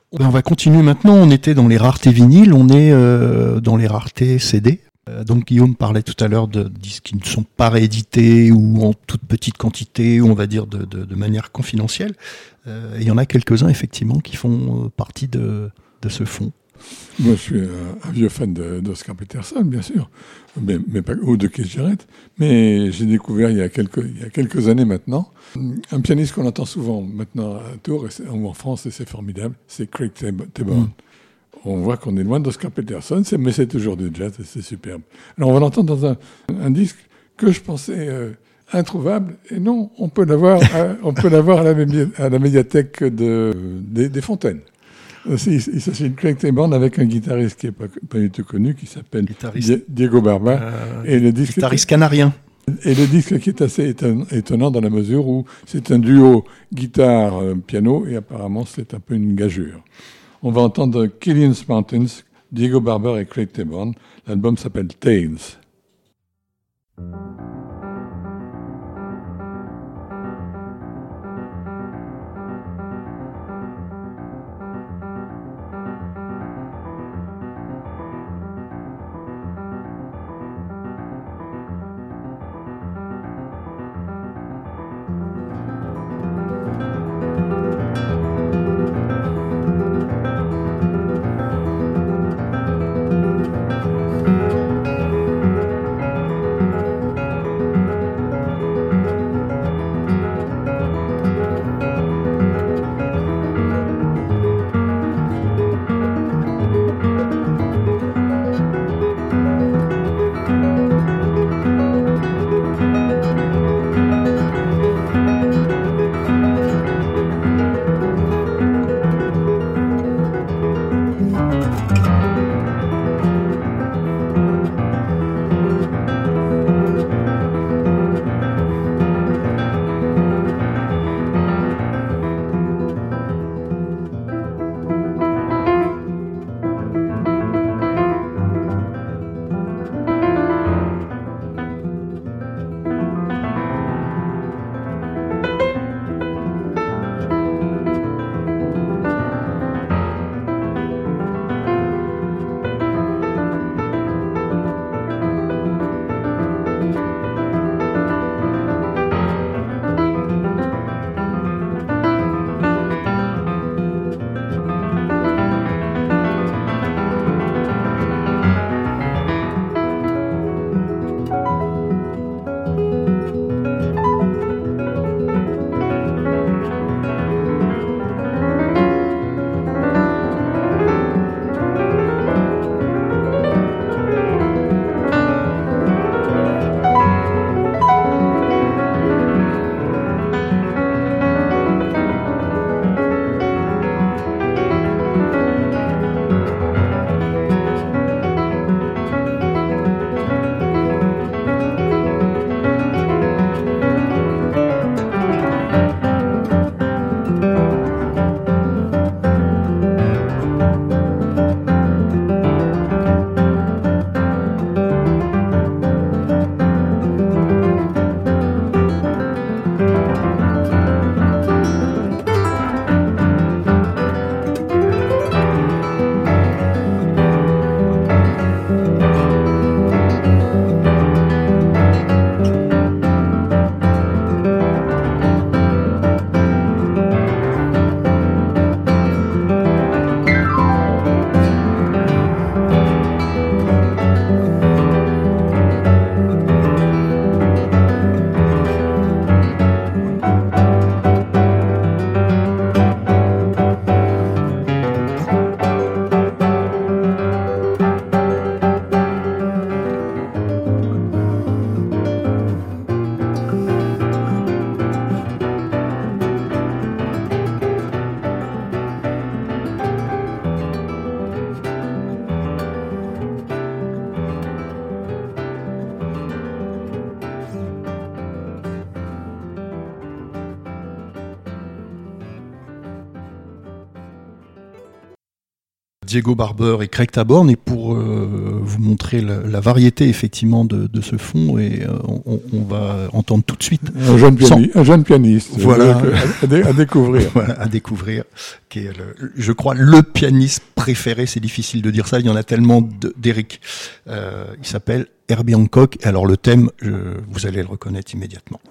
On va continuer maintenant. On était dans les raretés vinyles, on est euh, dans les raretés C D. Euh, donc Guillaume parlait tout à l'heure de disques qui ne sont pas réédités ou en toute petite quantité, ou on va dire de, de, de manière confidentielle. Euh, il y en a quelques-uns effectivement qui font partie de, de ce fonds. Moi, je suis un, un vieux fan de, d'Oscar Peterson, bien sûr, mais, mais pas, ou de Keith Jarrett. Mais j'ai découvert il y a quelques, il y a quelques années maintenant un pianiste qu'on entend souvent maintenant à Tours ou en France, et c'est formidable, c'est Craig Taborn. Mm. On voit qu'on est loin d'Oscar Peterson, c'est, mais c'est toujours du jazz et c'est superbe. Alors on va l'entendre dans un, un disque que je pensais euh, introuvable, et non, on peut l'avoir, à, on peut l'avoir à, la médi- à la médiathèque de, des, des Fontaines. Il s'agit de Craig Taborn avec un guitariste qui n'est pas, pas du tout connu, qui s'appelle Di- Diego Barba. Euh, et le disque guitariste est, canarien. Et le disque qui est assez étonnant dans la mesure où c'est un duo guitare-piano, et apparemment c'est un peu une gageure. On va entendre Killian's Mountains, Diego Barber et Craig Taborn. L'album s'appelle Tales. Diego Barber et Craig Taborn, et pour euh, vous montrer la, la variété effectivement de, de ce fond, et euh, on, on va entendre tout de suite un jeune, piani- un jeune pianiste, voilà, à, à, à découvrir, voilà, à découvrir, qui est le, je crois le pianiste préféré. C'est difficile de dire ça, il y en a tellement de, d'Eric. Euh, il s'appelle Herbie Hancock. Et alors le thème, je, vous allez le reconnaître immédiatement.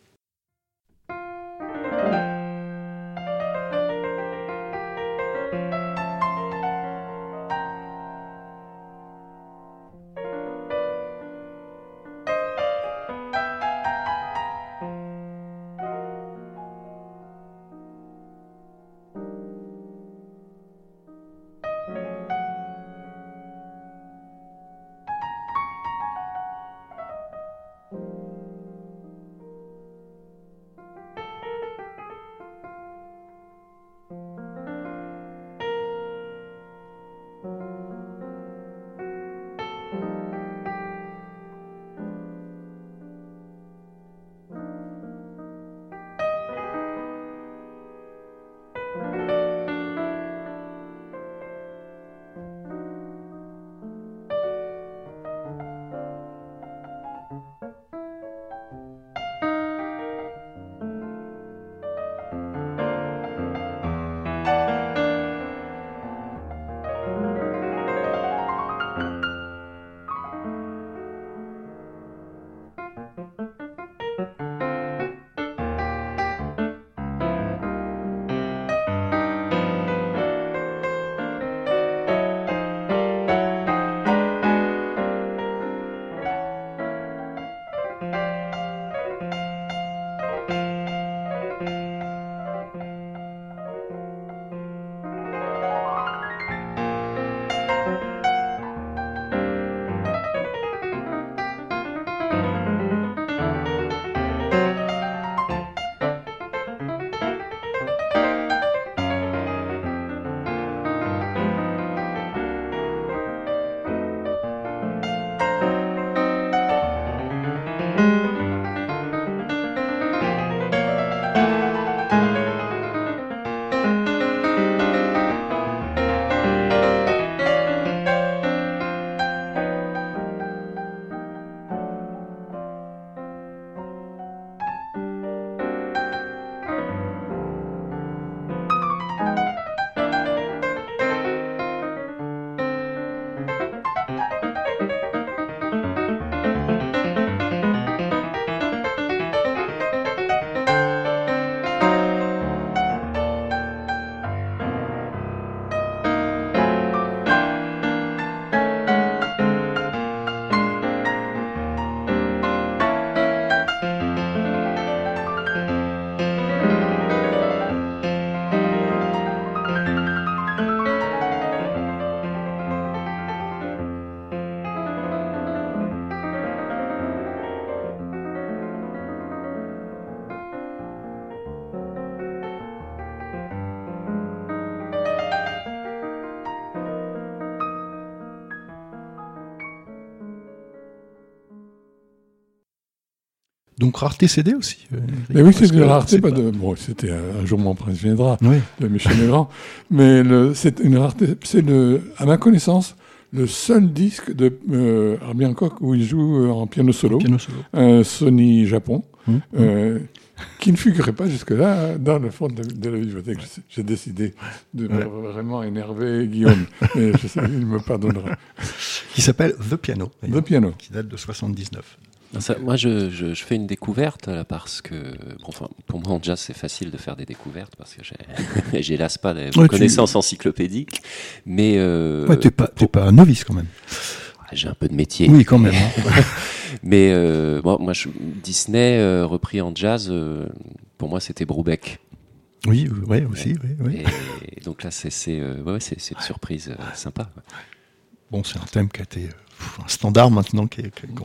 Donc rareté C D aussi. Euh, mais oui, c'est une rareté. Pas de... Bon, c'était un, un jour mon prince viendra, oui. de Michel Legrand. Mais le, c'est une rareté. C'est le, à ma connaissance le seul disque de euh, Herbie Hancock où il joue en piano solo, piano solo. un Sony Japon, mmh. euh, qui ne figurait pas jusque-là dans le fond de, de la bibliothèque. J'ai décidé de ouais. vraiment énerver Guillaume, mais je sais, il me pardonnera. Qui s'appelle The Piano. The Piano. Qui date de soixante-dix-neuf. Ça, moi, je, je, je fais une découverte là, parce que, bon, enfin, pour moi, en jazz, c'est facile de faire des découvertes parce que j'ai, j'ai hélas pas des ouais, connaissances tu... encyclopédiques. Mais euh, ouais, t'es pas, t'es pas un novice quand même. J'ai un peu de métier. Oui, quand même. Hein. mais euh, bon, moi, je, Disney euh, repris en jazz, euh, pour moi, c'était Brubeck. Oui, ouais, aussi. Oui, oui. Et donc là, c'est, c'est, euh, ouais, c'est, c'est une surprise euh, sympa. Ouais. Bon, c'est un thème qui a été euh, un standard maintenant qui est, qui est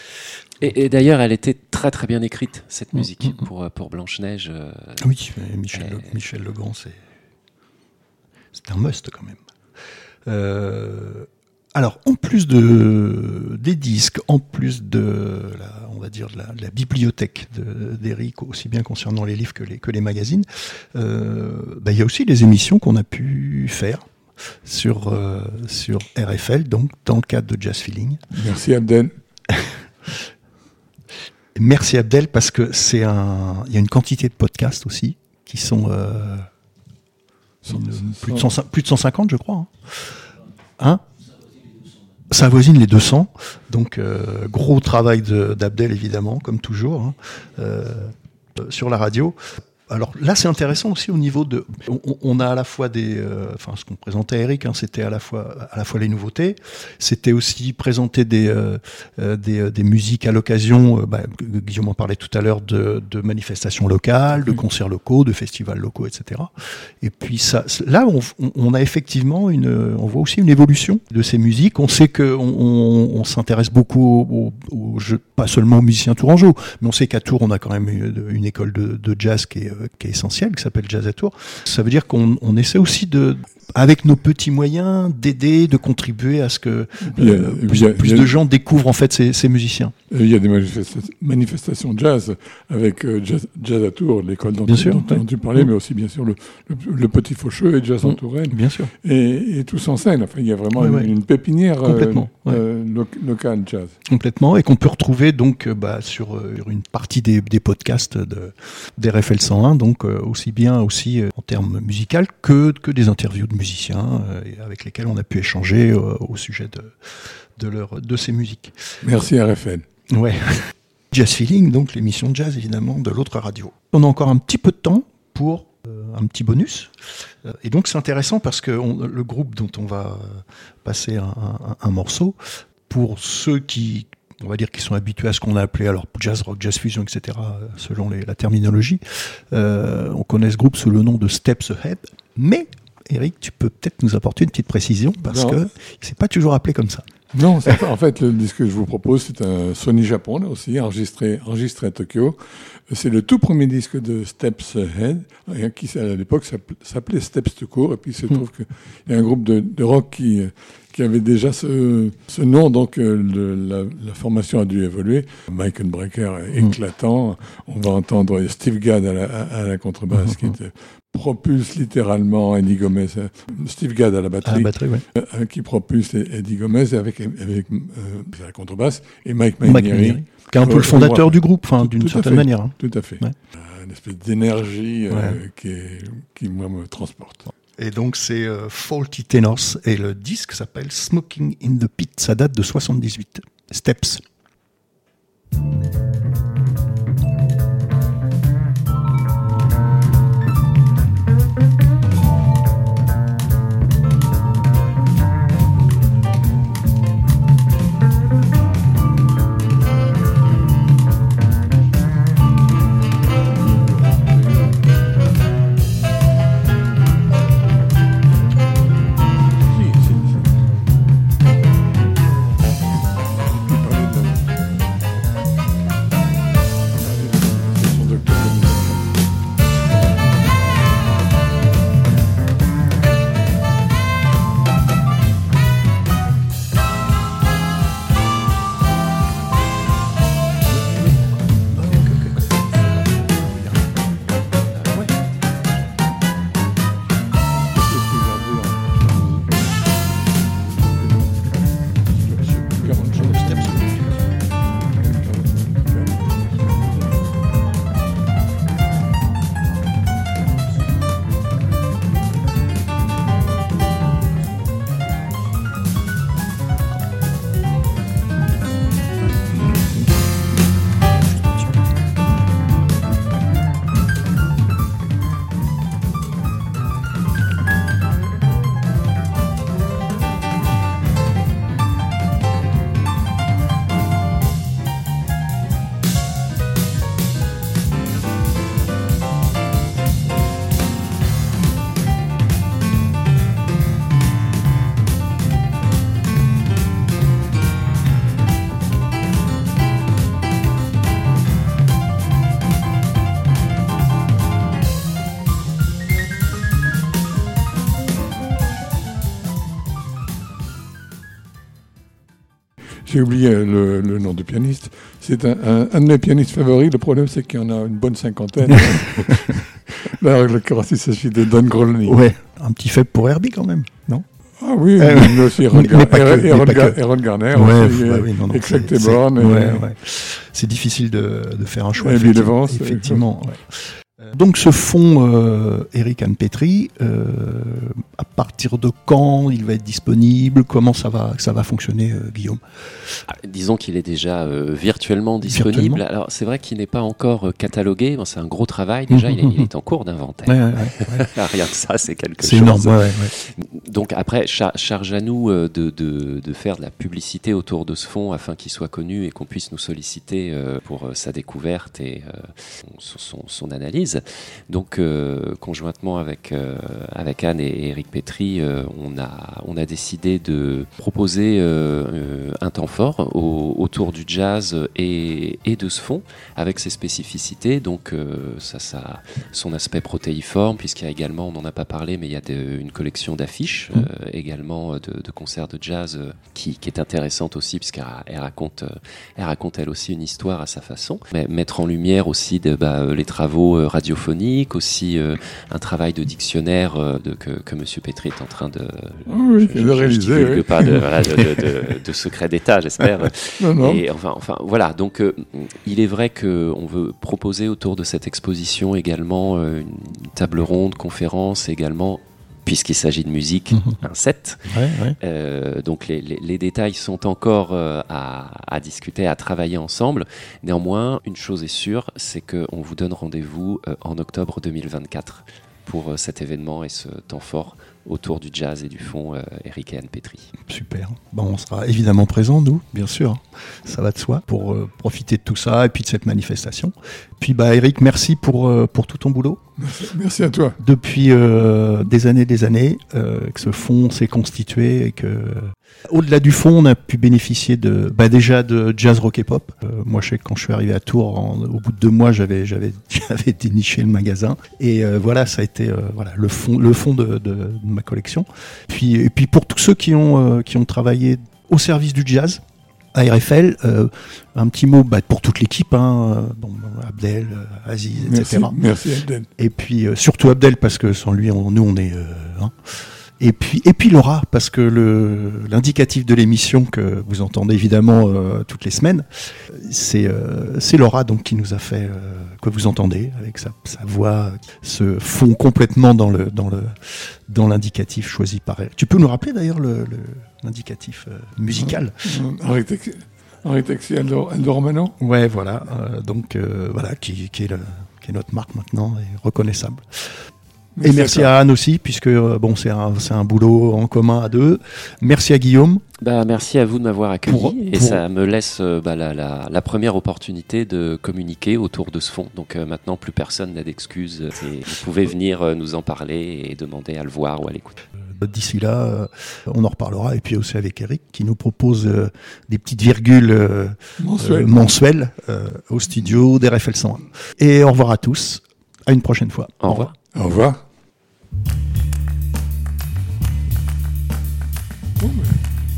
Et, et d'ailleurs, elle était très très bien écrite, cette musique, mmh, mmh. pour, pour Blanche-Neige. Euh, oui, Michel, et... Le, Michel Legrand, c'est, c'est un must quand même. Euh, alors, en plus de, des disques, en plus de la, on va dire, de la, de la bibliothèque de, d'Eric, aussi bien concernant les livres que les, que les magazines, euh, bah, y a aussi les émissions qu'on a pu faire. sur, euh, sur R F L, donc dans le cadre de Jazz Feeling. Merci Abdel. Merci Abdel, parce que c'est un, il y a une quantité de podcasts aussi qui sont euh, une, plus, de cent, plus de cent cinquante, je crois. Hein, hein ça avoisine les deux cents, donc euh, gros travail de, d'Abdel évidemment, comme toujours, hein, euh, sur la radio. Alors là, c'est intéressant aussi au niveau de... On, on a à la fois des... Euh, enfin, ce qu'on présentait à Eric, hein, c'était à la fois à la fois les nouveautés, c'était aussi présenter des, euh, des, des musiques à l'occasion, euh, bah, Guillaume en parlait tout à l'heure, de, de manifestations locales, de concerts locaux, de festivals locaux, et cetera. Et puis ça, là, on, on a effectivement une... On voit aussi une évolution de ces musiques. On sait qu'on on, on s'intéresse beaucoup aux, aux, aux jeux, pas seulement aux musiciens tourangeaux, mais on sait qu'à Tours, on a quand même une, une école de, de jazz qui est qui est essentiel, qui s'appelle Jazz à Tours. Ça veut dire qu'on on essaie aussi de, avec nos petits moyens, d'aider, de contribuer à ce que euh, a, plus, a, plus de gens découvrent en fait ces, ces musiciens. Il y a des manifesta- manifestations jazz avec euh, jazz, jazz à Tours, l'école dont, bien tu, sûr, dont, dont tu parlais, mmh. mais aussi bien sûr le, le, le Petit Faucheux et Jazz mmh. en Touraine. Bien sûr. Et, et tous en scène. Enfin, il y a vraiment ouais, une, ouais. une pépinière complètement, euh, ouais. euh, lo- locale jazz. Complètement, et qu'on peut retrouver donc bah, sur euh, une partie des, des podcasts de, d'R F L cent un, donc euh, aussi bien aussi euh, en termes musicaux que, que des interviews de musiciens euh, avec lesquels on a pu échanger euh, au sujet de, de, leur, de ces musiques. Merci R F L. Ouais. Jazz Feeling, donc l'émission de jazz évidemment de l'autre radio. On a encore un petit peu de temps pour euh, un petit bonus. Euh, et donc c'est intéressant parce que on, le groupe dont on va passer un, un, un morceau, pour ceux qui, on va dire, qui sont habitués à ce qu'on a appelé alors jazz rock, jazz fusion, et cetera, selon les, la terminologie, euh, on connaît ce groupe sous le nom de Steps Ahead. Mais Eric, tu peux peut-être nous apporter une petite précision parce non. que c'est pas toujours appelé comme ça. Non, c'est, en fait, le disque que je vous propose, c'est un Sony Japon, là aussi, enregistré, enregistré à Tokyo. C'est le tout premier disque de Steps Ahead, qui, à l'époque, s'appelait Steps tout court. Et puis, il se trouve qu'il y a un groupe de, de rock qui, qui avait déjà ce, ce nom, donc le, la, la formation a dû évoluer. Michael Brecker est éclatant. On va entendre Steve Gadd à la, à la contrebasse, qui était propulse littéralement Eddie Gomez, Steve Gadd à la batterie, à la batterie ouais. euh, qui propulse Eddie Gomez avec, avec euh, la contrebasse, et Mike Mainieri, qui est un peu euh, le fondateur moi, du groupe, enfin, d'une certaine fait, manière. Hein. Tout à fait. Ouais. Euh, une espèce d'énergie euh, ouais. qui, est, qui, moi, me transporte. Et donc, c'est euh, Faulty Tenors, et le disque s'appelle Smoking in the Pit, ça date de soixante-dix-huit. Steps. J'ai oublié le, le nom du pianiste. C'est un, un, un de mes pianistes favoris. Le problème, c'est qu'il y en a une bonne cinquantaine. Là, en l'occurrence, il s'agit de Don Grolny. Ouais, un petit faible pour Herbie quand même, non ? Ah oui, euh, mais aussi Aaron, Gar- que, Aaron, Gar- Aaron Garner, ouais, aussi, bah oui, non, non, Exact c'est, Born. c'est, et... ouais, ouais. C'est difficile de, de faire un choix. Et Effectivement. effectivement ouais. Donc ce fonds euh, Eric Anne Petry, euh, à partir de quand il va être disponible? Comment ça va, ça va fonctionner, euh, Guillaume? Ah, disons qu'il est déjà euh, virtuellement disponible. Virtuellement. Alors c'est vrai qu'il n'est pas encore euh, catalogué. Bon, c'est un gros travail. Déjà, mmh, il, est, mmh. il est en cours d'inventaire. Ouais, ouais, ouais. Rien que ça, c'est quelque c'est chose. Énorme, ouais, ouais. Donc après, char- charge à nous euh, de, de, de faire de la publicité autour de ce fonds afin qu'il soit connu et qu'on puisse nous solliciter euh, pour euh, sa découverte et euh, son, son, son analyse. Donc, euh, conjointement avec, euh, avec Anne et Eric Petry, euh, on, a, on a décidé de proposer euh, un temps fort au, autour du jazz et, et de ce fonds, avec ses spécificités. Donc, euh, ça, ça, son aspect protéiforme, puisqu'il y a également, on n'en a pas parlé, mais il y a de, une collection d'affiches, mmh. euh, également de, de concerts de jazz euh, qui, qui est intéressante aussi, puisqu'elle elle raconte, elle raconte elle aussi une histoire à sa façon. Mais mettre en lumière aussi de, bah, les travaux euh, radiophoniques, aussi euh, un travail de dictionnaire euh, de, que, que M. Petry est en train de, oui, je, de réaliser. Je oui. pas de, voilà, de, de, de, de secret d'État, j'espère. non, non. Et enfin, enfin, voilà. Donc, euh, il est vrai qu'on veut proposer autour de cette exposition également euh, une table ronde, conférence, également, puisqu'il s'agit de musique, mmh. un set. Ouais, ouais. Euh, donc les, les, les détails sont encore euh, à, à discuter, à travailler ensemble. Néanmoins, une chose est sûre, c'est qu'on vous donne rendez-vous euh, en octobre deux mille vingt-quatre pour euh, cet événement et ce temps fort autour du jazz et du fonds euh, Eric et Anne Petry. Super. Bon, on sera évidemment présents, nous, bien sûr. Ça va de soi, pour euh, profiter de tout ça et puis de cette manifestation. Puis, bah, Eric, merci pour, euh, pour tout ton boulot. Merci, merci à toi. Depuis euh, des années des années, euh, que ce fonds s'est constitué et que, euh, au-delà du fonds, on a pu bénéficier de, bah, déjà de jazz, rock et pop. Euh, moi, je sais que quand je suis arrivé à Tours, en, au bout de deux mois, j'avais, j'avais, j'avais déniché le magasin. Et euh, voilà, ça a été euh, voilà, le fond, le fond de, de, de ma collection. Puis, et puis pour tous ceux qui ont, euh, qui ont travaillé au service du jazz, à R F L, euh, un petit mot bah, pour toute l'équipe, hein, bon, Abdel, Aziz, et cetera. Merci, merci Abdel. Et puis euh, surtout Abdel, parce que sans lui, on, nous on est... Euh, hein. Et puis, et puis Laura, parce que le, l'indicatif de l'émission que vous entendez évidemment euh, toutes les semaines, c'est, euh, c'est Laura donc qui nous a fait, euh, que vous entendez, avec sa, sa voix, se fond complètement dans, le, dans, le, dans l'indicatif choisi par elle. Tu peux nous rappeler d'ailleurs le, le, l'indicatif euh, musical? Henri Texier, Henri Texier, Aldo, Aldo Romano. Ouais, voilà, euh, donc euh, voilà, qui, qui, est le, qui est notre marque maintenant, et reconnaissable. Merci et merci à, à Anne aussi, puisque bon, c'est un, c'est un boulot en commun à deux. Merci à Guillaume. Bah, merci à vous de m'avoir accueilli. Pour, et pour... ça me laisse bah, la, la, la première opportunité de communiquer autour de ce fonds. Donc euh, maintenant, plus personne n'a d'excuses. Et vous pouvez venir euh, nous en parler et demander à le voir ou à l'écouter. D'ici là, euh, on en reparlera. Et puis aussi avec Eric, qui nous propose euh, des petites virgules euh, mensuelles, euh, mensuelles euh, au studio d'R F L cent un. Et au revoir à tous. À une prochaine fois. Au revoir. Au revoir. Bon, mais...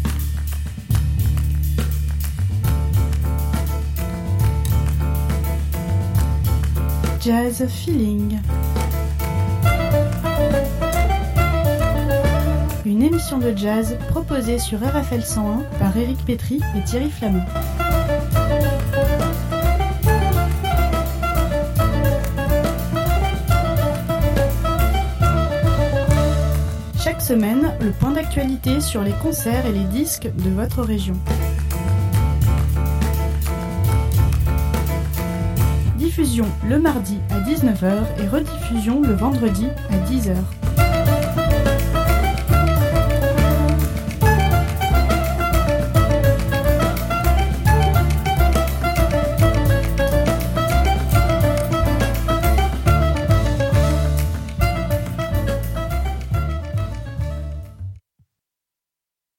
Jazz Feeling. Une émission de jazz proposée sur R F L cent un par Eric Petry et Thierry Flamand. Chaque semaine, le point d'actualité sur les concerts et les disques de votre région. Diffusion le mardi à dix-neuf heures et rediffusion le vendredi à dix heures.